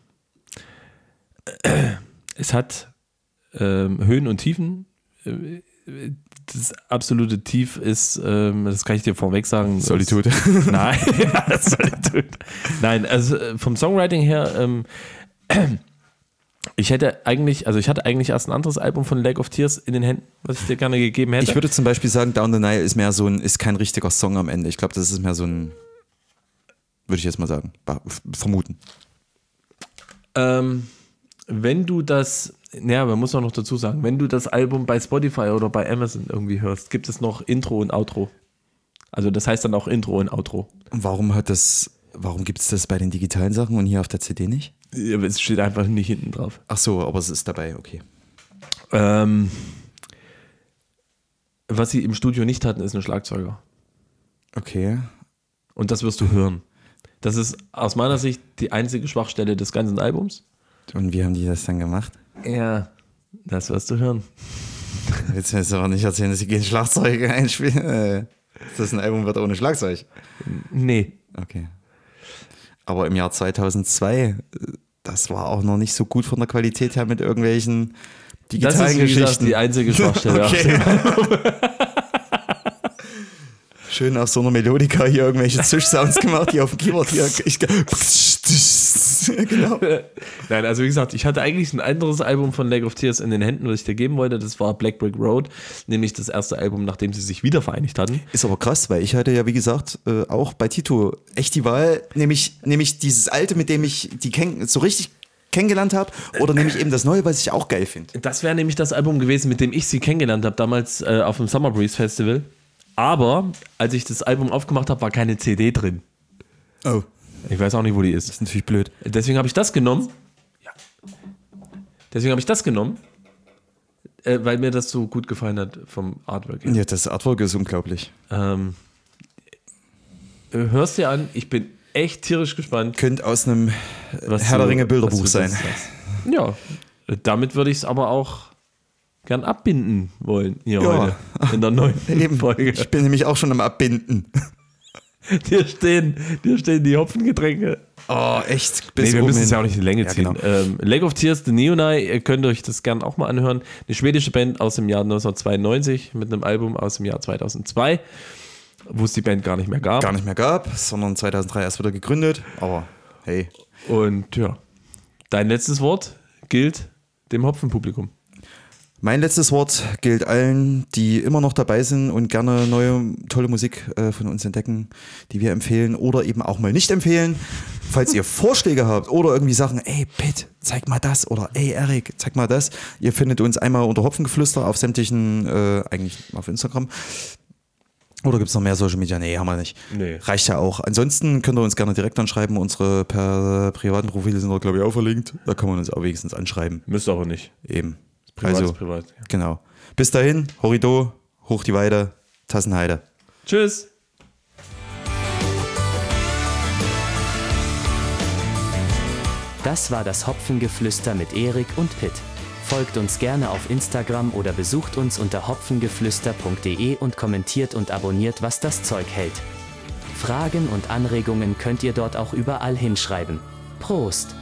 Es hat Höhen und Tiefen. Das absolute Tief ist, das kann ich dir vorweg sagen. Solitude. Nein, Solitude. Nein, also vom Songwriting her, ich hatte eigentlich erst ein anderes Album von Lake of Tears in den Händen, was ich dir gerne gegeben hätte. Ich würde zum Beispiel sagen, Down the Nile ist mehr so ein, ist kein richtiger Song am Ende. Ich glaube, das ist mehr so ein, würde ich jetzt mal sagen, vermuten. Wenn du das, ja, man muss auch noch dazu sagen, wenn du das Album bei Spotify oder bei Amazon irgendwie hörst, gibt es noch Intro und Outro. Also das heißt dann auch Intro und Outro. Und warum gibt es das bei den digitalen Sachen und hier auf der CD nicht? Ja, es steht einfach nicht hinten drauf. Ach so, aber es ist dabei, okay. Was sie im Studio nicht hatten, ist ein Schlagzeuger. Okay. Und das wirst du hören. Das ist aus meiner Sicht die einzige Schwachstelle des ganzen Albums. Und wie haben die das dann gemacht? Ja, das wirst du hören. Jetzt willst du aber nicht erzählen, dass sie kein Schlagzeug einspielen. Das ein Album wird ohne Schlagzeug. Nee. Okay. Aber im Jahr 2002, das war auch noch nicht so gut von der Qualität her mit irgendwelchen digitalen Das ist, wie Geschichten. gesagt, die einzige Schwachstelle. Okay. Schön auf so einer Melodika hier irgendwelche Zisch-Sounds gemacht, die auf dem Keyboard hier. Genau. Nein, also wie gesagt, ich hatte eigentlich ein anderes Album von Lake of Tears in den Händen, was ich dir geben wollte. Das war Black Brick Road, nämlich das erste Album, nachdem sie sich wieder vereinigt hatten. Ist aber krass, weil ich hatte ja, wie gesagt, auch bei Tito echt die Wahl, nämlich dieses alte, mit dem ich die so richtig kennengelernt habe, oder nämlich eben das neue, was ich auch geil finde. Das wäre nämlich das Album gewesen, mit dem ich sie kennengelernt habe, damals auf dem Summer Breeze Festival. Aber als ich das Album aufgemacht habe, war keine CD drin. Oh. Ich weiß auch nicht, wo die ist. Das ist natürlich blöd. Deswegen habe ich das genommen. Ja. Deswegen habe ich das genommen, weil mir das so gut gefallen hat vom Artwork her. Ja, das Artwork ist unglaublich. Hörst dir an, ich bin echt tierisch gespannt. Könnte aus einem Was Herr der du- Ringe Bilderbuch was du sein. das sagst. Ja, damit würde ich es aber auch gern abbinden wollen hier Ja. heute in der neuen Folge. Ich bin nämlich auch schon am Abbinden. Dir stehen die Hopfengetränke. Oh, echt? Nee, wir oben müssen es hin. ja auch nicht in die Länge Ja, ziehen. genau. Lake of Tears, The Neonai, ihr könnt euch das gern auch mal anhören. Eine schwedische Band aus dem Jahr 1992 mit einem Album aus dem Jahr 2002, wo es die Band gar nicht mehr gab. Gar nicht mehr gab, sondern 2003 erst wieder gegründet. Aber hey. Und ja, dein letztes Wort gilt dem Hopfenpublikum. Mein letztes Wort gilt allen, die immer noch dabei sind und gerne neue, tolle Musik von uns entdecken, die wir empfehlen oder eben auch mal nicht empfehlen. Falls ihr Vorschläge habt oder irgendwie Sachen, ey Pitt, zeig mal das oder ey Erik, zeig mal das. Ihr findet uns einmal unter Hopfengeflüster auf sämtlichen, eigentlich auf Instagram. Oder gibt es noch mehr Social Media? Nee, haben wir nicht. Nee. Reicht ja auch. Ansonsten könnt ihr uns gerne direkt anschreiben. Unsere privaten Profile sind da, glaube ich, auch verlinkt. Da kann man uns auch wenigstens anschreiben. Müsst aber nicht. Eben. Privat Also, ist privat. Ja. genau. Bis dahin, Horrido, hoch die Weide, Tassenheide. Tschüss. Das war das Hopfengeflüster mit Erik und Pitt. Folgt uns gerne auf Instagram oder besucht uns unter hopfengeflüster.de und kommentiert und abonniert, was das Zeug hält. Fragen und Anregungen könnt ihr dort auch überall hinschreiben. Prost!